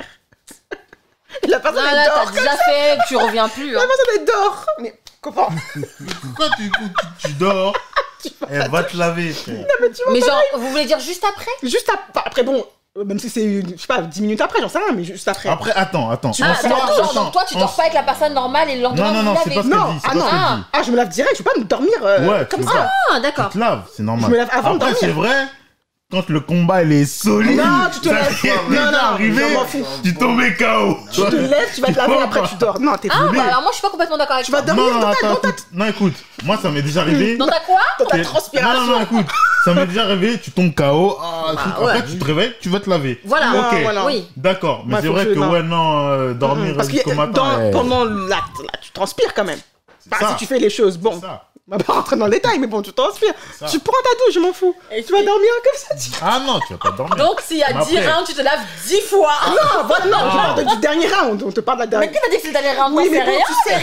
La personne Non, elle là, dort. t'as déjà fait, tu reviens plus. La Hein. personne elle dort. Mais comment? Pourquoi tu dors? Elle va te laver, frère. Mais genre, vous voulez dire juste après? Juste après, bon, même si c'est, je sais pas, 10 minutes après, j'en sais rien, mais juste après. Après, attends. Ah, donc toi, tu dors pas avec la personne normale et le lendemain, Non, vous c'est lavez. pas ce qu'elle Non, dit. C'est ah pas non. ce qu'elle dit. Ah, je me lave direct, je vais pas me dormir Ouais, comme tu ça. Ah, d'accord. Tu te laves, c'est normal. Je me lave avant de Après, dormir. c'est vrai, quand le combat il est solide, Non, tu te ça lèves. t'est Non, déjà non, arrivé, je m'en fous. tu tombes KO. Tu te lèves, tu vas te laver, après tu dors. Non, t'es Ah, brûlé. bah alors moi, je suis pas complètement d'accord avec Tu vas toi. dormir Non, dans attends, ta écoute. Non, écoute, moi ça m'est déjà arrivé. Dans ta quoi? dans ta T'es- transpiration. Non, écoute, ça m'est déjà arrivé, tu tombes KO, ouais. après tu te réveilles, tu vas te laver. Voilà. Ok, Voilà. Oui. d'accord, mais Ouais, c'est faut vrai que- que, non. ouais, non, dormir Parce que jusqu'au matin, ouais. pendant l'acte, là, tu transpires quand même. Bah, ça. si tu fais les choses, bon, C'est ça. on va pas rentrer dans le détail, mais bon, tu transpires. ça. Tu prends ta douche, je m'en fous. Et Tu vas dormir comme ça, tu... Ah non, tu vas pas dormir. Donc, s'il y a Mais 10 après- rounds, tu te laves 10 fois. Non, voilà, non, je parle du dernier round, on te parle de la Mais dernière. qui t'a dit que c'est le dernier round? Oui, Moi, mais c'est bon, rien. tu sais,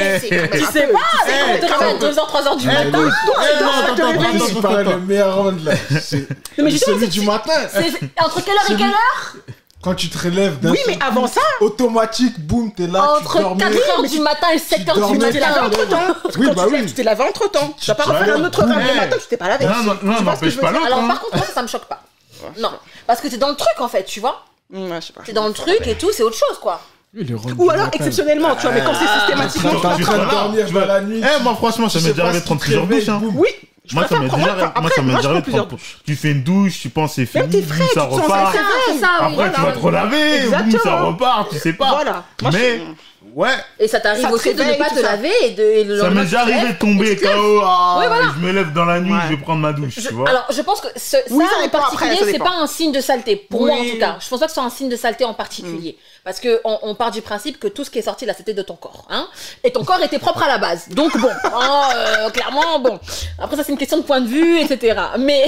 Tu sais pas, Eh, on te réveille à 2h, 3h du matin. écoute. Donc, tu non, dors, attends, tu te réveilles. attends. C'est pas le meilleur round là. C'est mais justement, celui du matin. C'est entre quelle heure et quelle heure? Quand tu te relèves d'un Oui, seul mais avant ça, automatique, boum, t'es là, tu Entre dormais. 4h du matin et 7h du dormais tu t'es lavé matin. entre temps. Parce que Oui, quand bah tu te oui. lèves, tu t'es lavé entre temps. Tu vas pas refaire un autre round le matin, tu t'es pas lavé. Non, Tu vois ce que n'empêche je veux pas dire? l'autre. Alors, hein. par contre, moi, ça me choque pas. Non. Parce que t'es dans le truc, en fait, tu vois. Ouais, je sais pas. T'es dans le truc et tout, c'est autre chose, quoi. Oui, les rounds Ou du alors matin. exceptionnellement, tu vois, mais quand c'est systématiquement, T'es tu en vas train de prendre. dormir dans la nuit. Eh, moi, franchement, ça Tu m'est sais déjà pas arrivé de si prendre tu te plusieurs douches. réveilles, Hein. boum. Oui, je Moi, ça préfère m'est prendre. déjà arrivé. Moi, ça m'est Moi, déjà je prends arrivé de plusieurs prendre. douches. Tu fais une douche, tu penses c'est fini, Même t'es frais, boum, ça tu te sens repart. frais. C'est ça, oui. Après, tu vas te relaver, boum, ça Exactement. repart, tu sais pas. Voilà. Moi, Mais, ouais, Et ça t'arrive Ça te aussi de ne réveille, pas tout te ça. laver et le ça lendemain, m'est déjà tu te lèves arrivé de tomber et tu te lèves. KO. Oui, voilà. Je me lève dans la nuit, Ouais. je vais prendre ma douche, tu vois. Alors, je pense que Oui, ça ça en dépend après, particulier, ça c'est dépend. pas un signe de saleté. Pour moi, en Oui. tout cas. Je pense pas que ce soit un signe de saleté en particulier. Parce que on part du principe que tout ce qui est sorti là, c'était de ton corps. Hein, et ton corps était propre à la base. Donc, bon, clairement, bon. Après, ça, c'est une question de point de vue, etc. Mais.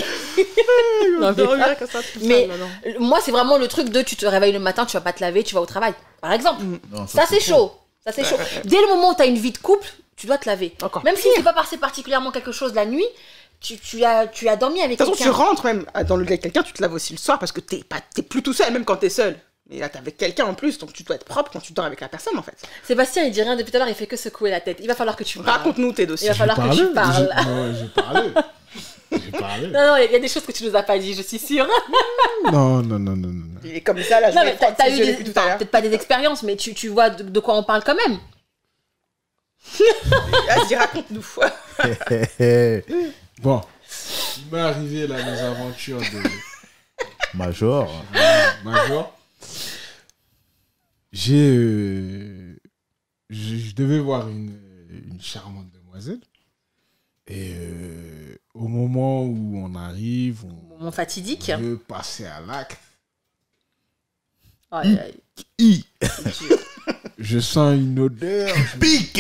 Non, mais moi, c'est vraiment le truc de tu te réveilles le matin, tu vas pas te laver, tu vas au travail. Par exemple. Non, Ça, c'est faux. chaud. Ça, c'est chaud. Dès le moment où tu as une vie de couple, tu dois te laver. Encore Même si pire. c'est pas passé particulièrement quelque chose la nuit, tu as dormi avec De toute façon, tu quelqu'un. rentres même dans le lit avec quelqu'un, tu te laves aussi le soir parce que t'es plus tout seul, même quand t'es seul. Et là, t'es avec quelqu'un en plus, donc tu dois être propre quand tu dors avec la personne en fait. Sébastien, il dit rien depuis tout à l'heure, il fait que secouer la tête. Il va falloir que tu parles. Raconte-nous tes Il dossiers. va falloir que tu parles. J'ai parlé. J'ai parlé. Non, il y a des choses que tu nous as pas dit, je suis sûre. Non. Il est comme ça, là, je Non, vais mais prendre t'as ses eu yeux des, depuis tout à enfin, l'heure. peut-être pas des expériences, mais tu vois de quoi on parle quand même. Vas-y, raconte-nous. Bon, il m'est arrivé la mésaventure de Major. Major. Je devais voir une charmante demoiselle. Et au moment où on arrive, Mon fatidique. on veut passer à l'acte. Aïe, aïe. Je sens une odeur. Pique.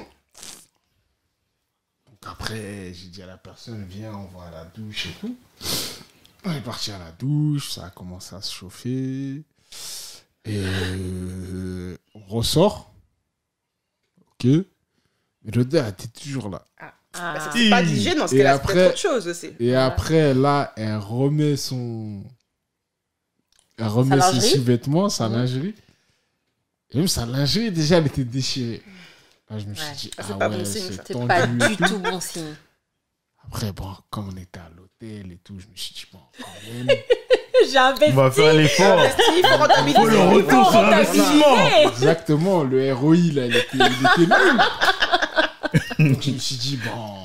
Donc après, j'ai dit à la personne, viens, on va à la douche et tout. On est parti à la douche, ça a commencé à se chauffer. Et on ressort. Ok. Mais l'odeur était toujours là. Bah, c'est pas d'hygiène dans ce Et cas-là, c'est après- peut-être autre chose aussi. Et après, là, elle remet son Elle remet Sa ses lingerie. sous-vêtements, sa lingerie. Et même sa lingerie, déjà, elle était déchirée. Là, je me suis Ouais. dit, C'est pas bon signe, ça. C'est tendu pas et du tout. tout bon signe. Après, bon, comme on était à l'hôtel et tout, je me suis dit, bon, quand même. J'ai investi. On va faire l'effort. Il faut rentabiliser. Faut le retour sur l'investissement. Exactement, le ROI, là, il était nul. Donc, je me suis dit, bon,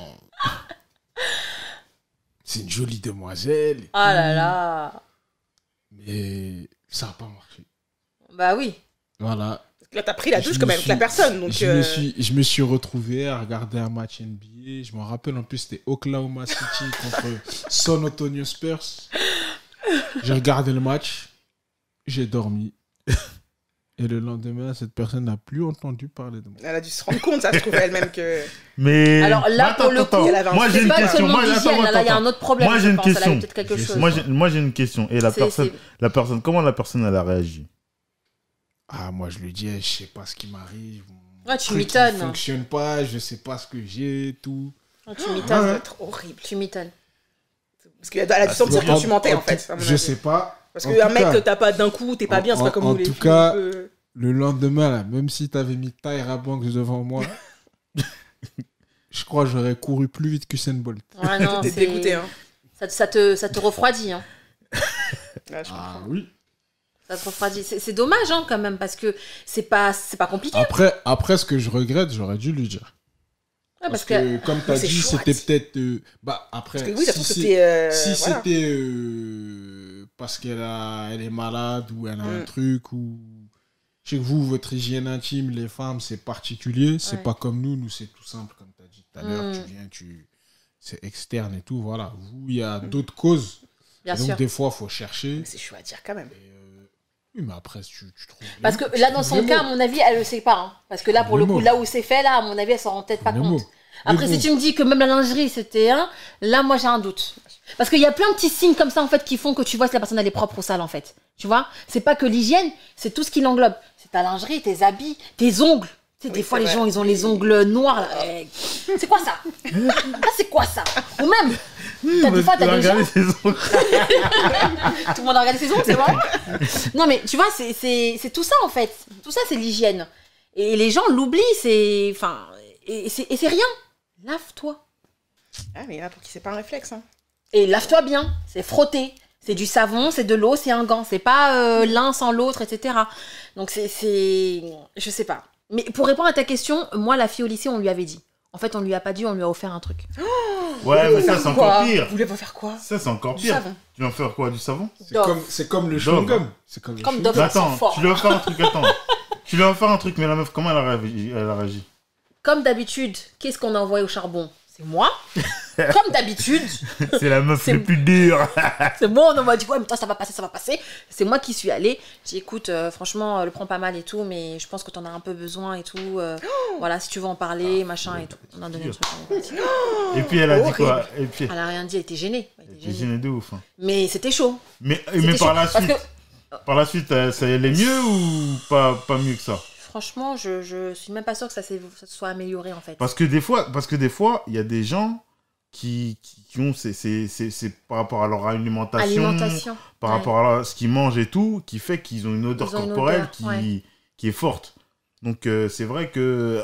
c'est une jolie demoiselle. et Ah là tout, là. Mais ça n'a pas marché. Bah oui. Voilà. Là, t'as pris la Je douche me quand même avec suis- la personne. Donc, je me suis retrouvé à regarder un match NBA. Je me rappelle, en plus, c'était Oklahoma City contre San Antonio Spurs. J'ai regardé le match. J'ai dormi. Et le lendemain, cette personne n'a plus entendu parler de moi. elle a dû se rendre compte, ça se trouve elle-même que. Mais. Alors là, pour le coup, elle avait un moi j'ai C'est une pas question. seulement Moi, d'hygiène, là, il y a un autre problème. Moi, je j'ai une pense. Elle question. avait peut-être quelque Je chose. sais. Moi j'ai une question. Et la C'est- personne, comment la personne elle a réagi? Ah, moi, je lui dis, je sais pas ce qui m'arrive. Mon Ouais, tu truc, m'étonnes. il fonctionne pas, je sais pas ce que j'ai, tout. Ah, tu Ça m'étonnes. doit être horrible. Tu m'étonnes. Parce qu'elle a dû sentir que tu mentais en fait. à mon Je avis. sais pas. Parce En qu'un tout mec cas- que t'as pas d'un coup, t'es pas bien, c'est pas comme en nous les tout filles, cas- on peut- Le lendemain, là, même si t'avais mis Tyra Banks devant moi, je crois que j'aurais couru plus vite qu'Usain Bolt. Ouais, non, T'es c'est- dégoûté, hein. Ça te refroidit. Hein. Ouais, je Ah comprends. oui. Ça te refroidit. C'est dommage hein, quand même parce que c'est pas compliqué. Après, ce que je regrette, j'aurais dû lui dire. Ouais, Parce que, comme tu as c'est dit, chouette. c'était peut-être. Après, Parce que oui, ça se trouve, si c'était. si voilà. c'était parce elle est malade ou elle a un truc ou. Je sais que vous, votre hygiène intime, les femmes, c'est particulier. C'est Ouais. pas comme nous. Nous, c'est tout simple, comme tu as dit tout à l'heure. Mm. Tu viens, c'est externe et tout. Voilà. Vous, il y a d'autres causes. Bien Donc, sûr. des fois, il faut chercher. Mais c'est chaud à dire quand même. Oui, mais après, tu trouves. Parce que là, dans son les cas, à mots. mon avis, elle le sait pas. Hein. Parce que là, pour Les le coup, mots. là où c'est fait, là, à mon avis, elle s'en rend peut-être pas Les compte. mots. Après, Mais si bon. tu me dis que même la lingerie, c'était un, là, moi, j'ai un doute. Parce qu'il y a plein de petits signes comme ça, en fait, qui font que tu vois si la personne, elle est propre ou sale, en fait. Tu vois? C'est pas que l'hygiène, c'est tout ce qui l'englobe. C'est ta lingerie, tes habits, tes ongles. Tu sais, des Oui, fois, c'est les vrai. gens, ils ont les ongles noirs. Là. C'est quoi ça? Ah, c'est quoi ça? Ou même, t'as des fois, t'as des gens... Regardez ses ongles. Tout le monde a regardé ses ongles, c'est vrai? Non, mais tu vois, c'est tout ça, en fait. Tout ça, c'est l'hygiène. Et les gens l'oublient, c'est... Enfin, et c'est rien. Lave-toi. Ah, mais il y en a pour qui c'est pas un réflexe. Hein. Et lave-toi bien. C'est frotter. C'est du savon, c'est de l'eau, c'est un gant. C'est pas l'un sans l'autre, etc. Donc, c'est... Je sais pas. Mais pour répondre à ta question, moi, la fille au lycée, on lui avait dit. En fait, on lui a pas dit, on lui a offert un truc. Ouais, mais ça, c'est encore Quoi pire. Vous voulez pas faire quoi? Ça, c'est encore Du pire. savon. Tu vas en faire quoi? Du savon? C'est comme le Dove. chewing-gum. C'est comme le Comme chewing-gum. Dove. Mais Ils sont attends, forts. tu lui as offert un truc, attends. Tu lui as offert un truc, mais la meuf, comment elle a réagi? Comme d'habitude, qu'est-ce qu'on a envoyé au charbon? C'est moi. Comme d'habitude, C'est la meuf C'est- le plus dur. c'est moi, on m'a dit, ouais, mais toi, ça va passer, ça va passer. C'est moi qui suis allée. J'ai dit, écoute, franchement, le prends pas mal et tout, mais je pense que t'en as un peu besoin et tout. Voilà, si tu veux en parler, machin et tout. On a donné le truc. on est parti. Et puis elle a dit quoi? Et puis Elle a rien dit, elle était gênée. Elle était elle était gênée. gênée de ouf. hein. Mais c'était chaud. Mais C'était par chaud. la Parce suite, que, ça allait mieux ou pas mieux que ça? franchement, je suis même pas sûre que ça se soit amélioré, en fait. Parce que des fois, il y a des gens qui ont c'est par rapport à leur alimentation, par ouais. rapport à ce qu'ils mangent et tout, qui fait qu'ils ont une odeur Ils ont une corporelle odeur, qui est forte. Donc c'est vrai que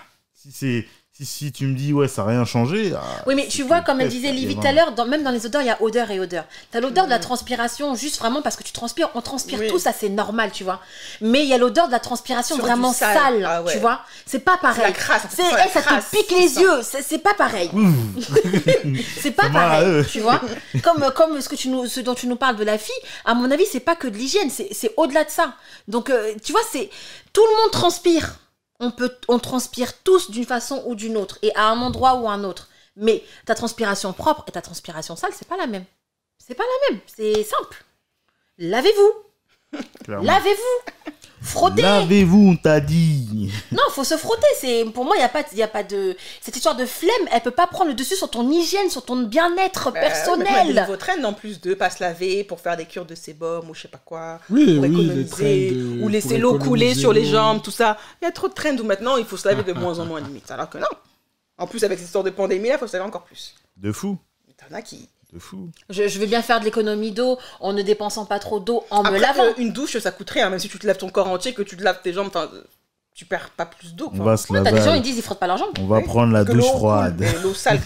si tu me dis ouais ça n'a rien changé. Oui, mais c'est tu vois, que comme elle peut-être disait qu'il y a Livy tout vraiment- à l'heure, même dans les odeurs, il y a odeur et odeur. T'as l'odeur de la transpiration, juste vraiment parce que tu transpires. On transpire Oui. tout, ça c'est normal, tu vois. Mais il y a l'odeur de la transpiration Sur vraiment du sale. sale, Ah ouais. tu vois. C'est pas C'est la pareil. crasse. C'est, la ça crasse, te pique c'est les ça. yeux, c'est pas pareil. C'est pas Ça va, pareil, tu vois. Comme ce dont tu nous parles de la fille, à mon avis, c'est pas que de l'hygiène, c'est au-delà de ça. Donc, tu vois, c'est tout le monde transpire. On transpire tous d'une façon ou d'une autre, et à un endroit ou à un autre. Mais ta transpiration propre et ta transpiration sale, c'est pas la même. C'est pas la même. C'est simple. Lavez-vous. Clairement. Lavez-vous. Frottez. Lavez-vous, on t'a dit. Non, faut se frotter. Pour moi, il y a pas de cette histoire de flemme. Elle peut pas prendre le dessus sur ton hygiène, sur ton bien-être Il y a personnel. des nouveaux trends en plus de pas se laver pour faire des cures de sébum ou je sais pas quoi. Oui, Pour oui, les économiser, trends ou laisser pour l'eau couler économiser sur les l'eau. jambes, tout ça. Il y a trop de trends où maintenant il faut se laver de moins en moins limite. Alors que non. En plus, avec cette histoire de pandémie là, il faut se laver encore plus. De fou. T'en as qui. C'est fou. Je veux bien faire de l'économie d'eau en ne dépensant pas trop d'eau en me Après, lavant. une douche, ça coûte rien. Même si tu te laves ton corps entier, que tu te laves tes jambes, tu perds pas plus d'eau. On va se Ouais, t'as des gens, laver. ils disent ils frottent pas leurs jambes. On va prendre la Que douche l'eau froide. coule, mais l'eau sale.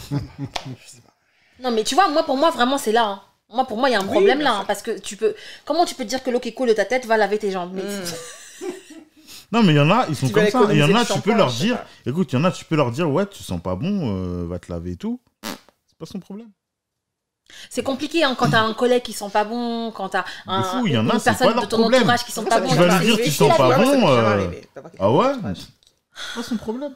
Non, mais tu vois, pour moi, vraiment, c'est là. Hein. Pour moi, il y a un Oui, problème bien là. sûr. Hein, parce que comment tu peux dire que l'eau qui coule de ta tête va laver tes jambes? Mais Non, mais il y en a, ils sont Tu comme vas ça. Il y en économiser a, le tu peux shampoing, leur je sais dire, pas. écoute, il y en a, tu peux leur dire, ouais, tu sens pas bon, va te laver et tout. C'est pas son problème. c'est compliqué hein, quand t'as un collègue qui sent pas bon, quand t'as fou, il y en a, une c'est personne pas leur de ton problème. entourage qui sent Moi, pas ça bon. m'est Tu vas jamais lui dire, arrivé. tu sens Ouais, pas ouais, ça m'est bon. jamais arrivé. C'est pas Ah ouais? quelque chose. C'est pas son problème.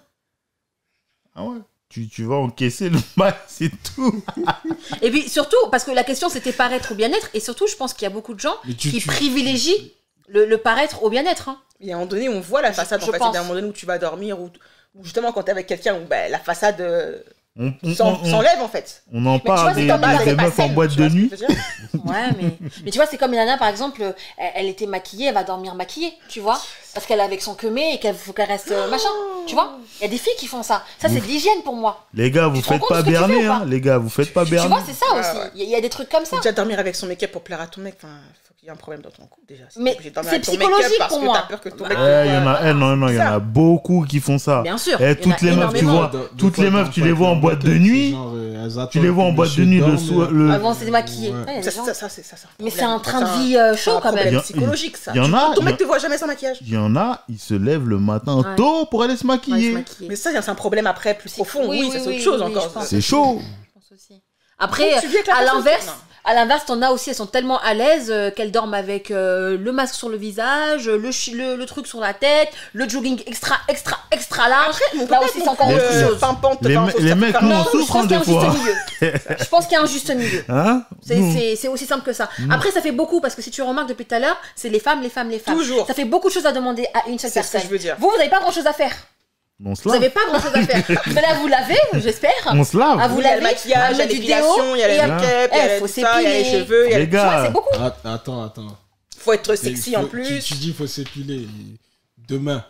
Ah ouais? Tu vas encaisser le mal, c'est tout. Et puis surtout, parce que la question c'était paraître ou bien-être, et surtout, je pense qu'il y a beaucoup de gens Mais qui privilégient le paraître au bien-être. Hein. Il y a un moment donné, on voit la façade. je En fait, pense. il y a un moment donné où tu vas dormir, ou justement quand t'es avec quelqu'un, où la façade On s'enlève en fait. on en tu vois, parle c'est des comme la meufs en saine, boîte tu de vois ce que nuit. je veux dire Ouais, mais tu vois, c'est comme Nana, par exemple, elle était maquillée, elle va dormir maquillée, tu vois, parce qu'elle est avec son quemé et qu'il faut qu'elle reste machin, tu vois. Il y a des filles qui font ça. Ça, c'est de l'hygiène pour moi. Les gars, vous Tu te rends faites compte pas ce que tu fais berner, ou pas hein. Les gars, vous faites pas Tu berner. vois, c'est ça Ouais, aussi. ouais. Il y a des trucs comme ça. Déjà dormir avec son make-up pour plaire à ton mec, faut qu'il y ait un problème dans ton couple déjà. Mais Obligé de dormir c'est avec ton psychologique make-up parce pour que moi. t'as peur que ton mec. Eh, il y en a, non, il y en a Ça. beaucoup qui font ça. Bien sûr. Eh, il y en toutes a les meufs, tu énormément. vois, toutes les meufs, tu les vois en boîte de nuit. Tu les vois en boîte de nuit Avant, c'est démaquillé. Ouais. Ouais, il y a des gens- Ça, c'est un Mais c'est problème. un train de Ça, vie c'est chaud un quand problème même. psychologique ça. il y en a- Ton il y a- mec te voit jamais sans maquillage. Il y en a, ils se lèvent le matin Ouais. tôt pour aller se Ouais, ils se maquiller. maquillent. Mais ça, c'est un problème après plus profond. Oui, ça c'est autre chose oui, encore. je pense. C'est chaud. Je pense aussi. Après, Donc, tu vis avec la à personne, l'inverse, non. à l'inverse, t'en as aussi, elles sont tellement à l'aise qu'elles dorment avec le masque sur le visage, le truc sur la tête, le jogging extra large. Après, mon Là peut-être aussi, c'est encore Les- autre chose. pimpante, les mecs, nous, on Je souffre pense qu'il y a des un juste fois. milieu. Je pense qu'il y a un juste milieu. Hein? Nous. C'est aussi simple que ça. Après, ça fait beaucoup, parce que si tu remarques depuis tout à l'heure, c'est les femmes. Toujours. Ça fait beaucoup de choses à demander à une seule C'est ce que personne. je veux dire. Vous n'avez pas grand-chose à faire. On se Vous lave. n'avez pas grand-chose à faire. Vous allez à vous laver, j'espère. On se À lave. vous Il y a le laver, maquillage, il y a à mettre du l'épilation, il y a déo, le et à- make-up, il y a faut tout ça, il y a les s'épiler. cheveux, il y a Les le... Tu vois, gars, c'est beaucoup. Attends. Faut être sexy en Tu plus. dis il faut s'épiler. Demain,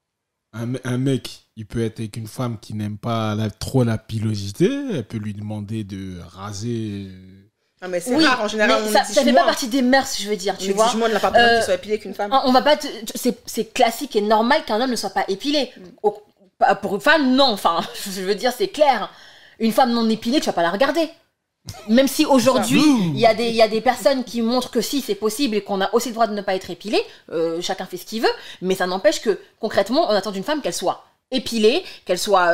un mec, il peut être avec une femme qui n'aime pas trop la pilosité. Elle peut lui demander de raser. Non mais c'est Oui, rare en général. mais On ça exige fait pas moins. partie des mœurs, je veux dire, On tu vois. exige moins de la part d'un homme Euh, qui soit épilé qu'une femme. On va pas. C'est classique et normal qu'un homme ne soit pas épilé. Pour une femme, non. Enfin, je veux dire, c'est clair. Une femme non épilée, tu vas pas la regarder. Même si aujourd'hui, il y a des personnes qui montrent que si, c'est possible et qu'on a aussi le droit de ne pas être épilé, chacun fait ce qu'il veut, mais ça n'empêche que, concrètement, on attend d'une femme qu'elle soit épilée, qu'elle soit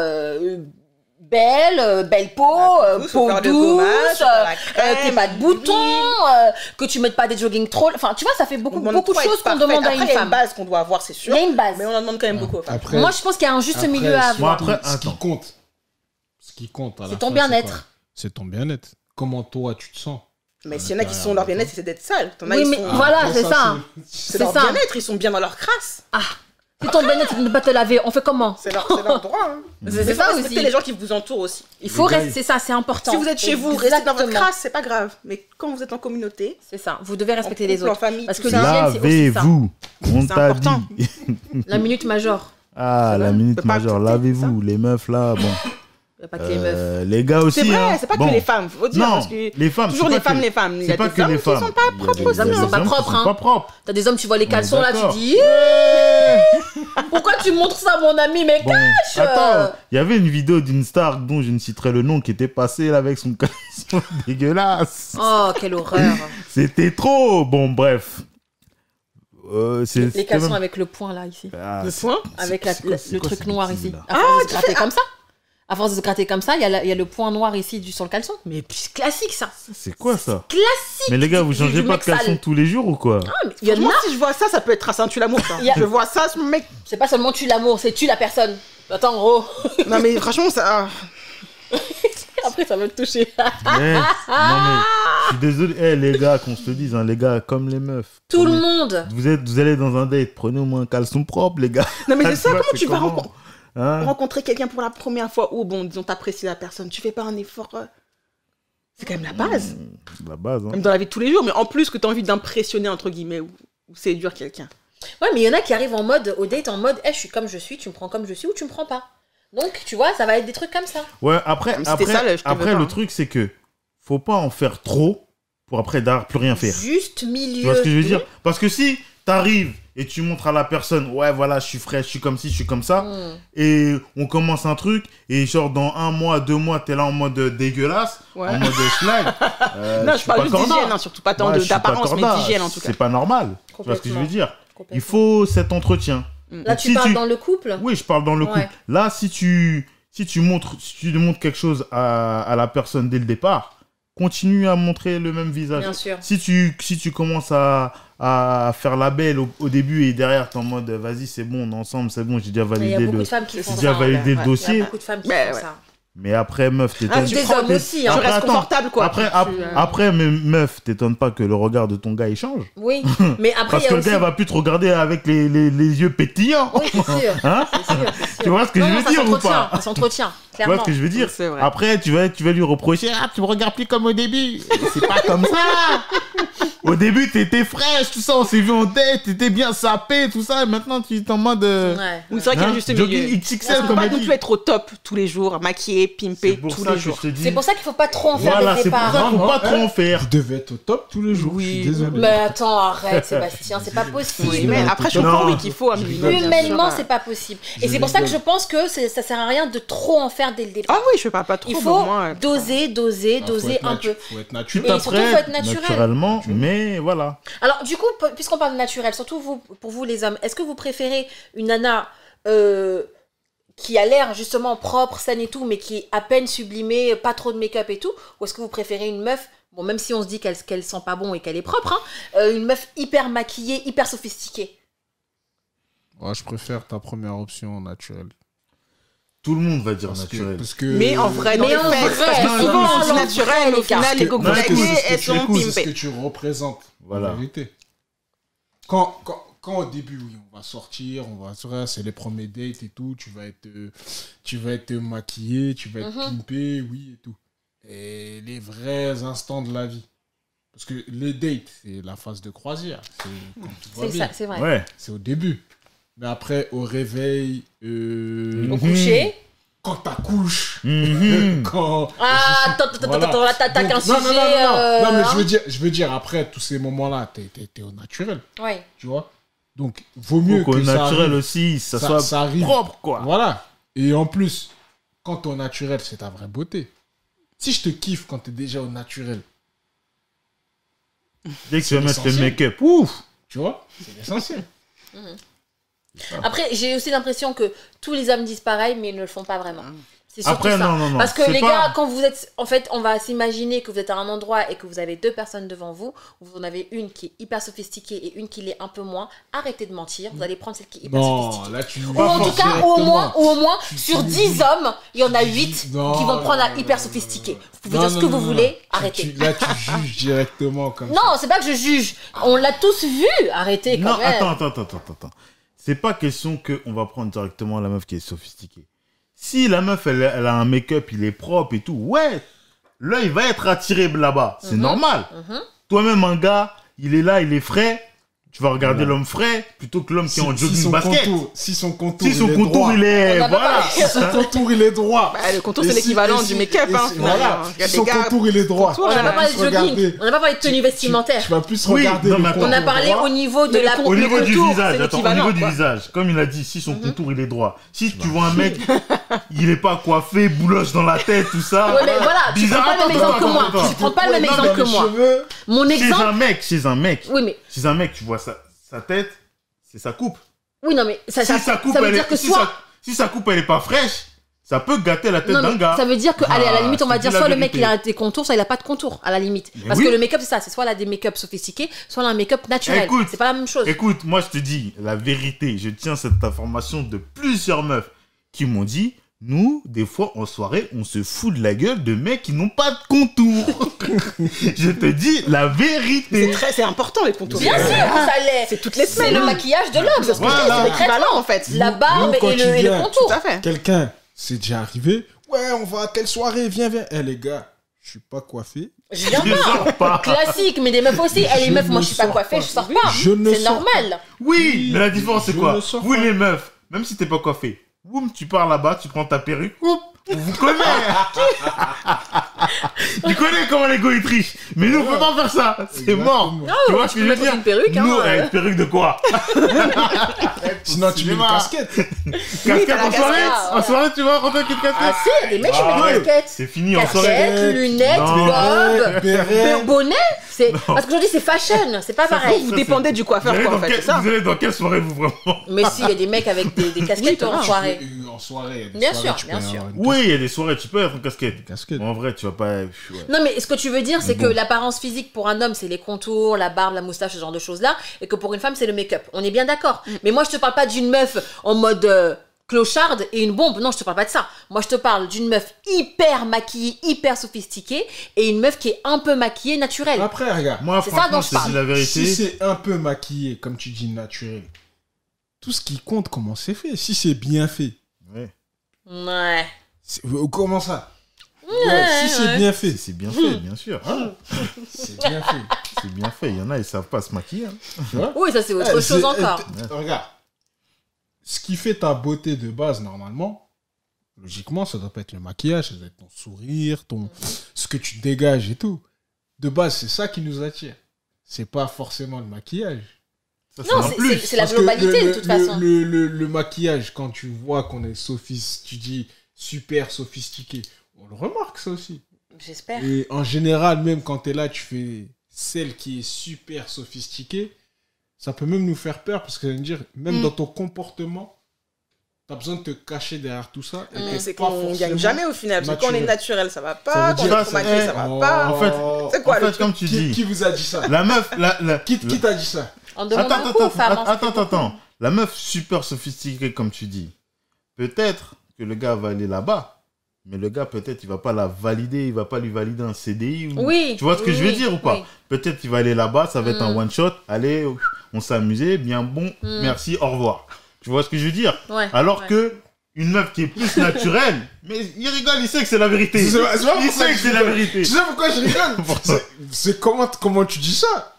belle peau, Faut peau faire le gommage, douce, faut faire la crème, t'aies pas de boutons, que tu mettes pas des jogging trop... Enfin, tu vois, ça fait beaucoup On demande de pas choses être qu'on parfaite. demande à Après, une il y a femme. une base qu'on doit avoir, c'est Il sûr. y a une base. Mais on en demande quand même beaucoup aux femmes. Après, Moi, je pense qu'il y a un juste après, milieu à Moi, avoir. après, ce qui attends. compte, à la C'est ton fin, bien-être. quoi C'est ton bien-être. Comment toi tu te sens? Mais s'il y en a qui sont leur bien-être, c'est d'être sales. T'en as, Oui, ils mais sont... voilà, Après, c'est ça. C'est c'est leur ça. bien-être, ils sont bien dans leur crasse. Si ton bien-être, c'est de ne pas te laver, on fait comment? C'est leur droit. Hein. C'est Mais ça faut respecter aussi. les gens qui vous entourent aussi. Il faut Les gars, rester, c'est ça, c'est important. Si vous êtes chez vous, restez dans votre Exactement. crasse, c'est pas grave. Mais quand vous êtes en communauté, C'est ça, vous devez en respecter les couple, en autres. famille, Parce tout que ça, l'hygiène, c'est aussi ça. Lavez-vous. On C'est t'a important. dit. La minute major. Ah, la vrai, minute on peut pas majeure. accepter Lavez-vous. Les meufs là, bon. Il n'y a pas que les meufs. Les gars aussi. c'est vrai, hein. c'est pas Bon. que les femmes, faut dire. Non, parce que les femmes. toujours c'est les pas femmes, que- les femmes. Il y C'est a pas des que hommes les qui femmes. sont pas Il y a propres des- aussi. hommes qui sont pas hommes qui propres, sont hein. pas propres. T'as des hommes, tu vois les caleçons là, tu d'accord. dis pourquoi tu montres ça, mon ami, mais Bon, cache attends, il y avait une vidéo d'une star dont je ne citerai le nom qui était passée là avec son caleçon dégueulasse. Oh, quelle horreur. C'était trop. Bon, bref. Les caleçons avec le point là, ici. Ah, Le point Avec c'est quoi le truc cette noir bêtise, ici. là À force de se gratter comme ça. À force de se gratter comme ça, il y a le point noir ici sur le caleçon. Mais c'est classique ça. C'est quoi ça? Classique. Mais les gars, vous du changez pas mec de caleçon sale. tous les jours ou quoi? Ah, mais il y en Moi, a. si je vois ça, ça peut être un tue l'amour. ça. Il y a- Je vois ça, ce mec. C'est pas seulement tu l'amour, c'est tu la personne. Attends, gros. Non, mais franchement, ça. Après, ça va te toucher. Mais, non mais, je suis désolé. Eh, les gars, qu'on se le dise, hein, les gars, comme les meufs. Tout le Prenez- monde. Vous allez dans un date, prenez au moins un caleçon propre, les gars. Non, mais c'est ça, Tu vois, comment c'est tu vas comment Hein? rencontrer quelqu'un pour la première fois ou, bon, disons, t'apprécies la personne, tu fais pas un effort. C'est quand même la base. La base, hein. Même dans la vie de tous les jours, mais en plus que t'as envie d'impressionner, entre guillemets, ou séduire quelqu'un. Ouais, mais il y en a qui arrivent en mode, au date, en mode, je suis comme je suis, tu me prends comme je suis ou tu me prends pas. Donc, tu vois, ça va être des trucs comme ça. Ouais, après, Même si t'es sale, je te veux pas, le hein. truc, c'est que faut pas en faire trop pour après derrière plus rien faire. Juste milieu. Tu vois ce que je veux dire? Parce que si t'arrives et tu montres à la personne, ouais, voilà, je suis frais, je suis comme ci, je suis comme ça, et on commence un truc, et genre dans 1 mois, 2 mois, t'es là en mode dégueulasse, en mode schlag. Non, je parle juste d'hygiène, surtout pas tant d'apparence, mais d'hygiène en tout cas. C'est pas normal. Tu vois ce que je veux dire? Il faut cet entretien. Là, tu parles dans le couple? Oui, je parle dans le couple. Là, si tu montres quelque chose à la personne dès le départ, continue à montrer le même visage. Bien sûr. Si tu commences à faire la belle au début et derrière t'es en mode vas-y c'est bon, on est ensemble, c'est bon, j'ai déjà validé le dossier. Il y a beaucoup de femmes qui font ça. Mais après, meuf, t'étonnes. Des hommes aussi, hein. Tu restes confortable, quoi. Après, meuf, t'étonnes pas que le regard de ton gars, il change. Oui, mais après, parce que le gars, il va plus te regarder avec les yeux pétillants. Oui, c'est sûr. Hein? C'est sûr. Tu vois ce que je veux dire ou pas? Ça s'entretient, clairement. Tu vois ce que je veux dire? Après, tu vas lui reprocher, tu me regardes plus comme au début. C'est pas comme ça. Au début, t'étais fraîche, tout ça, on s'est vu en tête, t'étais bien sapé, tout ça, et maintenant, tu es en mode... Oui, c'est vrai qu'il y a juste milieu. XXL, comme pas non plus être au top tous les jours, maquillé, pimpé tous les jours. C'est pour ça qu'il faut pas trop en faire dès le départ. C'est pour ça qu'il faut pas trop en faire. Tu devais être au top tous les jours, je suis désolé. Mais attends, arrête, Sébastien, c'est pas possible. Oui, mais après, je comprends qu'il faut un minimum. Humainement, c'est pas possible. Et c'est pour ça que je pense que ça sert à rien de trop en faire dès le départ. Ah oui, je fais pas trop. Il faut doser un peu. Faut être naturel. Et surtout, faut être naturel. Naturellement, mais voilà. Alors, du coup, puisqu'on parle de naturel, surtout pour vous les hommes, est-ce que vous préférez une nana qui a l'air justement propre, saine et tout, mais qui est à peine sublimée, pas trop de make-up et tout, ou est-ce que vous préférez une meuf, bon, même si on se dit qu'elle sent pas bon et qu'elle est propre, une meuf hyper maquillée, hyper sophistiquée? Ouais, je préfère ta première option naturelle. Tout le monde va dire naturel. Mais en vrai, dans les faits, parce que souvent on dit naturel, au final, les cocos elles sont pimpées. C'est ce que tu représentes, voilà. En vérité. Quand au début, oui, on va sortir, c'est les premiers dates et tout, tu vas être maquillé, tu vas être pimpé, oui, et tout. Et les vrais instants de la vie. Parce que les dates, c'est la phase de croisière. C'est quand tout va bien. C'est vrai. Ouais. C'est au début. Mais après, au réveil... Au coucher. Quand t'accouches. Quand... Ah, attends, là, t'attaques un sujet... Non, mais je veux dire, après tous ces moments-là, t'es au naturel. Ouais. Tu vois? Donc, vaut mieux que ça naturel arrive, aussi, ça soit arrive. propre, quoi. Voilà. Et en plus, quand t'es au naturel, c'est ta vraie beauté. Si je te kiffe quand t'es déjà au naturel... Dès que tu vas mettre le make-up, ouf! Tu vois? C'est l'essentiel. Après, j'ai aussi l'impression que tous les hommes disent pareil, mais ils ne le font pas vraiment. C'est surtout après, ça. non. Parce que les gars, quand vous êtes... En fait, on va s'imaginer que vous êtes à un endroit et que vous avez 2 personnes devant vous, où vous en avez une qui est hyper sophistiquée et une qui l'est un peu moins. Arrêtez de mentir. Vous allez prendre celle qui est hyper sophistiquée. Là, tu... Ou en tout cas, ou au moins sur 10 hommes, il y en a 8 qui vont prendre la hyper sophistiquée. Vous pouvez dire ce que vous voulez, arrêtez. Là, tu juges directement comme ça. Non, c'est pas que je juge. On l'a tous vu. Arrêtez quand même. Non, attends. C'est pas question qu'on va prendre directement la meuf qui est sophistiquée. Si la meuf, elle a un make-up, il est propre et tout, ouais, l'œil va être attiré là-bas. C'est normal. Toi-même, un gars, il est là, il est frais. Tu vas regarder l'homme frais plutôt que l'homme qui est en jogging basket. Si son contour il est voilà. Si son contour il est droit. Le contour c'est l'équivalent du make-up. Voilà. Si son contour il est droit. On n'a pas parlé de jogging. On n'a pas parlé de tenue vestimentaire. Tu vas plus regarder. On a parlé au niveau de la au niveau du visage. Attends, au niveau du visage. Comme il a dit, si son contour il est droit. Si tu vois un mec, il est pas coiffé, bouloche dans la tête, tout ça. Ouais, mais voilà, tu prends pas le même exemple que moi. Tu prends pas le même exemple que moi. Mon exemple. Chez un mec. Oui, mais. Chez un mec, tu vois sa tête, c'est sa coupe. Oui, non, mais ça veut dire que si sa coupe elle est pas fraîche, ça peut gâter la tête d'un gars. Ça veut dire que, allez, à la limite, on va dire soit le mec il a des contours, soit il a pas de contours, à la limite. Parce que le make-up, c'est ça, c'est soit il a des make-up sophistiqués, soit il a un make-up naturel. C'est pas la même chose. Écoute, moi je te dis la vérité, je tiens cette information de plusieurs meufs qui m'ont dit. Nous, des fois, en soirée, on se fout de la gueule de mecs qui n'ont pas de contours. Je te dis la vérité. C'est important, les contours. Bien sûr, ça l'est. C'est toutes les semaines. C'est le maquillage de l'homme. C'est ce que je dis, c'est l'équivalent, en fait. La barbe et le contour. Tout à fait. Quelqu'un, c'est déjà arrivé. Ouais, on va à telle soirée, viens. Les gars, je suis pas coiffé. Je viens pas. Classique, mais des meufs aussi. Les meufs, moi, je suis pas coiffée, je sors pas. C'est normal. Oui, mais la différence, c'est quoi? Vous, les meufs, même si t'es pas coiffée, boum, tu pars là-bas, tu prends ta perruque, on vous connaît. Tu connais comment les gars ils trichent. Mais nous, on peut pas faire ça. C'est mort. Exactement. Tu vois ce que je veux dire? une perruque, Nous, hein. avec perruque de quoi? Sinon, tu mets une Cinéma. casquette. Casquette t'as la en soirée? casquette. En soirée, tu vas rentrer avec une casquette? Ah si, il y a des mecs qui mettent ouais. des casquettes. C'est fini en soirée. Casquettes, lunettes, Non. bob, Béret. bonnet. Parce qu'aujourd'hui, c'est fashion, c'est pas pareil. Vous dépendez du coiffeur, quoi, en fait, c'est ça. Vous allez dans quelle soirée, vous, vraiment? Mais si, il y a des mecs avec des casquettes en soirée. En soirée. il y a des Bien soirées, sûr, tu bien peux sûr. avoir une Oui, il y a des soirées, tu peux être en casquette. casquette. En vrai, tu vas pas... ouais. Non, mais ce que tu veux dire, c'est Bon. que l'apparence physique pour un homme, c'est les contours, la barbe, la moustache, ce genre de choses-là, et que pour une femme, c'est le make-up. On est bien d'accord. Mais moi, je te parle pas d'une meuf en mode clocharde et une bombe. Non, je te parle pas de ça. Moi, je te parle d'une meuf hyper maquillée, hyper sophistiquée, et une meuf qui est un peu maquillée, naturelle. Après, regarde. Moi, C'est ça franchement, dont je je te dis parle. la vérité. Si c'est un peu maquillé, comme tu dis, naturel, tout ce qui compte, comment c'est fait. Si c'est bien fait. Ouais. Ouais. Comment ça Ouais, Si c'est ouais. bien fait. C'est bien fait, bien sûr. C'est bien fait. C'est bien fait. Il y en a, ils savent pas se maquiller. hein. Tu vois Oui, ça, c'est autre Eh, chose c'est- encore. Regarde. Ce qui fait ta beauté de base, normalement, logiquement, ça doit pas être le maquillage, ça doit être ton sourire, ce que tu dégages et tout. De base, c'est ça qui nous attire. C'est pas forcément le maquillage. Ça, Non, en c'est- plus. c'est la Parce que globalité, de toute façon. Le maquillage, quand tu vois qu'on est tu dis super sophistiqué, on le remarque ça aussi. J'espère. Et en général, même quand tu es là, tu fais celle qui est super sophistiquée, ça peut même nous faire peur parce que ça veut dire, même dans ton comportement, tu as besoin de te cacher derrière tout ça. Et t'es C'est pas qu'on gagne forcément jamais au final. Parce que quand on est naturel, ça va Ça pas. veut Quand on dire- est trop maquillé, ça va Oh. pas. En fait, C'est quoi en le fait, truc comme tu dis, Qui vous a dit ça la meuf, Qui t'a dit ça On demande Attends, beaucoup aux femmes. hein, attends. La meuf super sophistiquée, comme tu dis, peut-être que le gars va aller là-bas, mais le gars, peut-être, il va pas la valider, il va pas lui valider un CDI. Ou... Oui. Tu vois ce que oui, je veux dire ou pas? oui. Peut-être qu'il va aller là-bas, ça va être un one-shot. Allez, on s'est amusé, bien bon, merci, au revoir. Tu vois ce que je veux dire? Ouais, Alors ouais. que une meuf qui est plus naturelle, mais il rigole, il sait que c'est la vérité. C'est pas Il pour ça sait que que je c'est la rigole. vérité. Tu sais pourquoi je rigole Pourquoi C'est comment tu dis ça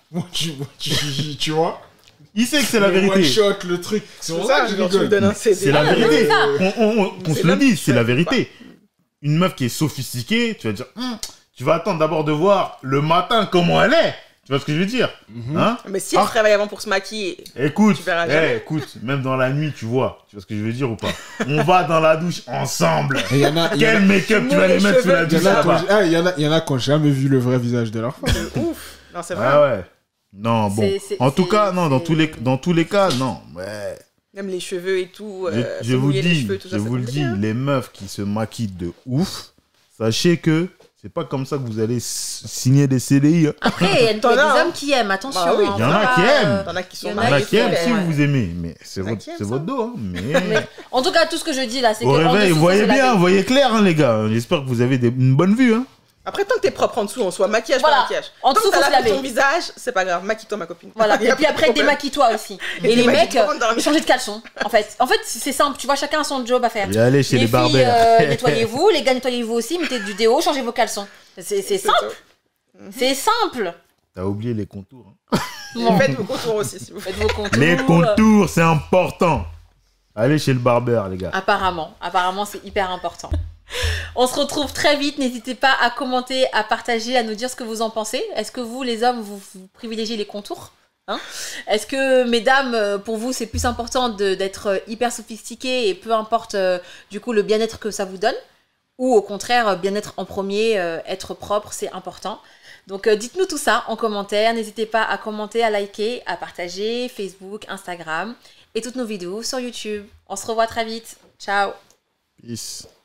tu vois Il sait que c'est la Le one vérité. shot, le truc. C'est C'est pour ça, ça que je genre, tu me rigole. donnes un CD. C'est la Ah, vérité. c'est ça. Qu'on C'est se le même dise, c'est la chouette, vérité. Une meuf qui est sophistiquée, tu vas dire, tu vas attendre d'abord de voir le matin comment elle est. Tu vois ce que je veux dire? Hein? Mais si elle se réveille avant pour se maquiller, Écoute, Tu verras jamais. écoute, même dans la nuit, tu vois. Tu vois ce que je veux dire ou pas? On va dans la douche ensemble. Et il y en a, Quel make-up tu vas les mettre sous la cheveux, douche il y en a là-bas? il y en a qui n'ont jamais vu le vrai visage de leur femme. ouf. Non, c'est vrai. Ah ouais. Non, bon. C'est- En tout c'est- cas, non, c'est- dans tous les cas, non. Ouais. Même les cheveux et tout. Je se vous mouiller les dis, cheveux, tout ça, je c'est vous le dis, compliqué, hein. les meufs qui se maquillent de ouf, sachez que c'est pas comme ça que vous allez signer des CDI. hein. Après, il y a des T'en as, hein. hommes qui aiment, attention. Bah oui, hein, il y en a faut qui pas, aiment. T'en as qui Il sont y en Il y en a a mariés. qui aiment ouais, si ouais. vous vous aimez, mais c'est Il y en a votre, qui aiment c'est ça. votre dos. Hein, mais Mais en tout cas, tout ce que je dis là, c'est que. au en réveil, dessous, vous voyez ça, c'est la bien, vérité. vous voyez clair, hein, les gars. J'espère que vous avez une bonne vue. Hein. Après, tant que t'es propre en dessous, en soi, maquillage, Voilà. pas maquillage. En Tant dessous, que t'as faut se lavé laver. ton visage, c'est pas grave. Maquille-toi, ma copine. Voilà. Y a Et puis pas de après, problème. démaquille-toi aussi. Et Et les mecs, démaquille-toi avant de dormir. changez de caleçon. En fait, c'est simple. Tu vois, chacun a son job à faire. Et allez chez les filles, barbers. nettoyez-vous. Les gars, nettoyez-vous aussi. Mettez du déo, changez vos caleçons. C'est simple. C'est simple. T'as oublié les contours. hein. Bon, Faites vos contours aussi, s'il vous plaît. faites vos contours. Les contours, c'est important. Allez chez le barbeur, les gars. Apparemment, c'est hyper important. On se retrouve très vite. N'hésitez pas à commenter, à partager, à nous dire ce que vous en pensez. Est-ce que vous, les hommes, vous privilégiez les contours? Hein? Est-ce que, mesdames, pour vous, c'est plus important d'être hyper sophistiqué et peu importe du coup le bien-être que ça vous donne? Ou au contraire, bien-être en premier, être propre, c'est important. Donc dites-nous tout ça en commentaire. N'hésitez pas à commenter, à liker, à partager Facebook, Instagram et toutes nos vidéos sur YouTube. On se revoit très vite. Ciao! Peace.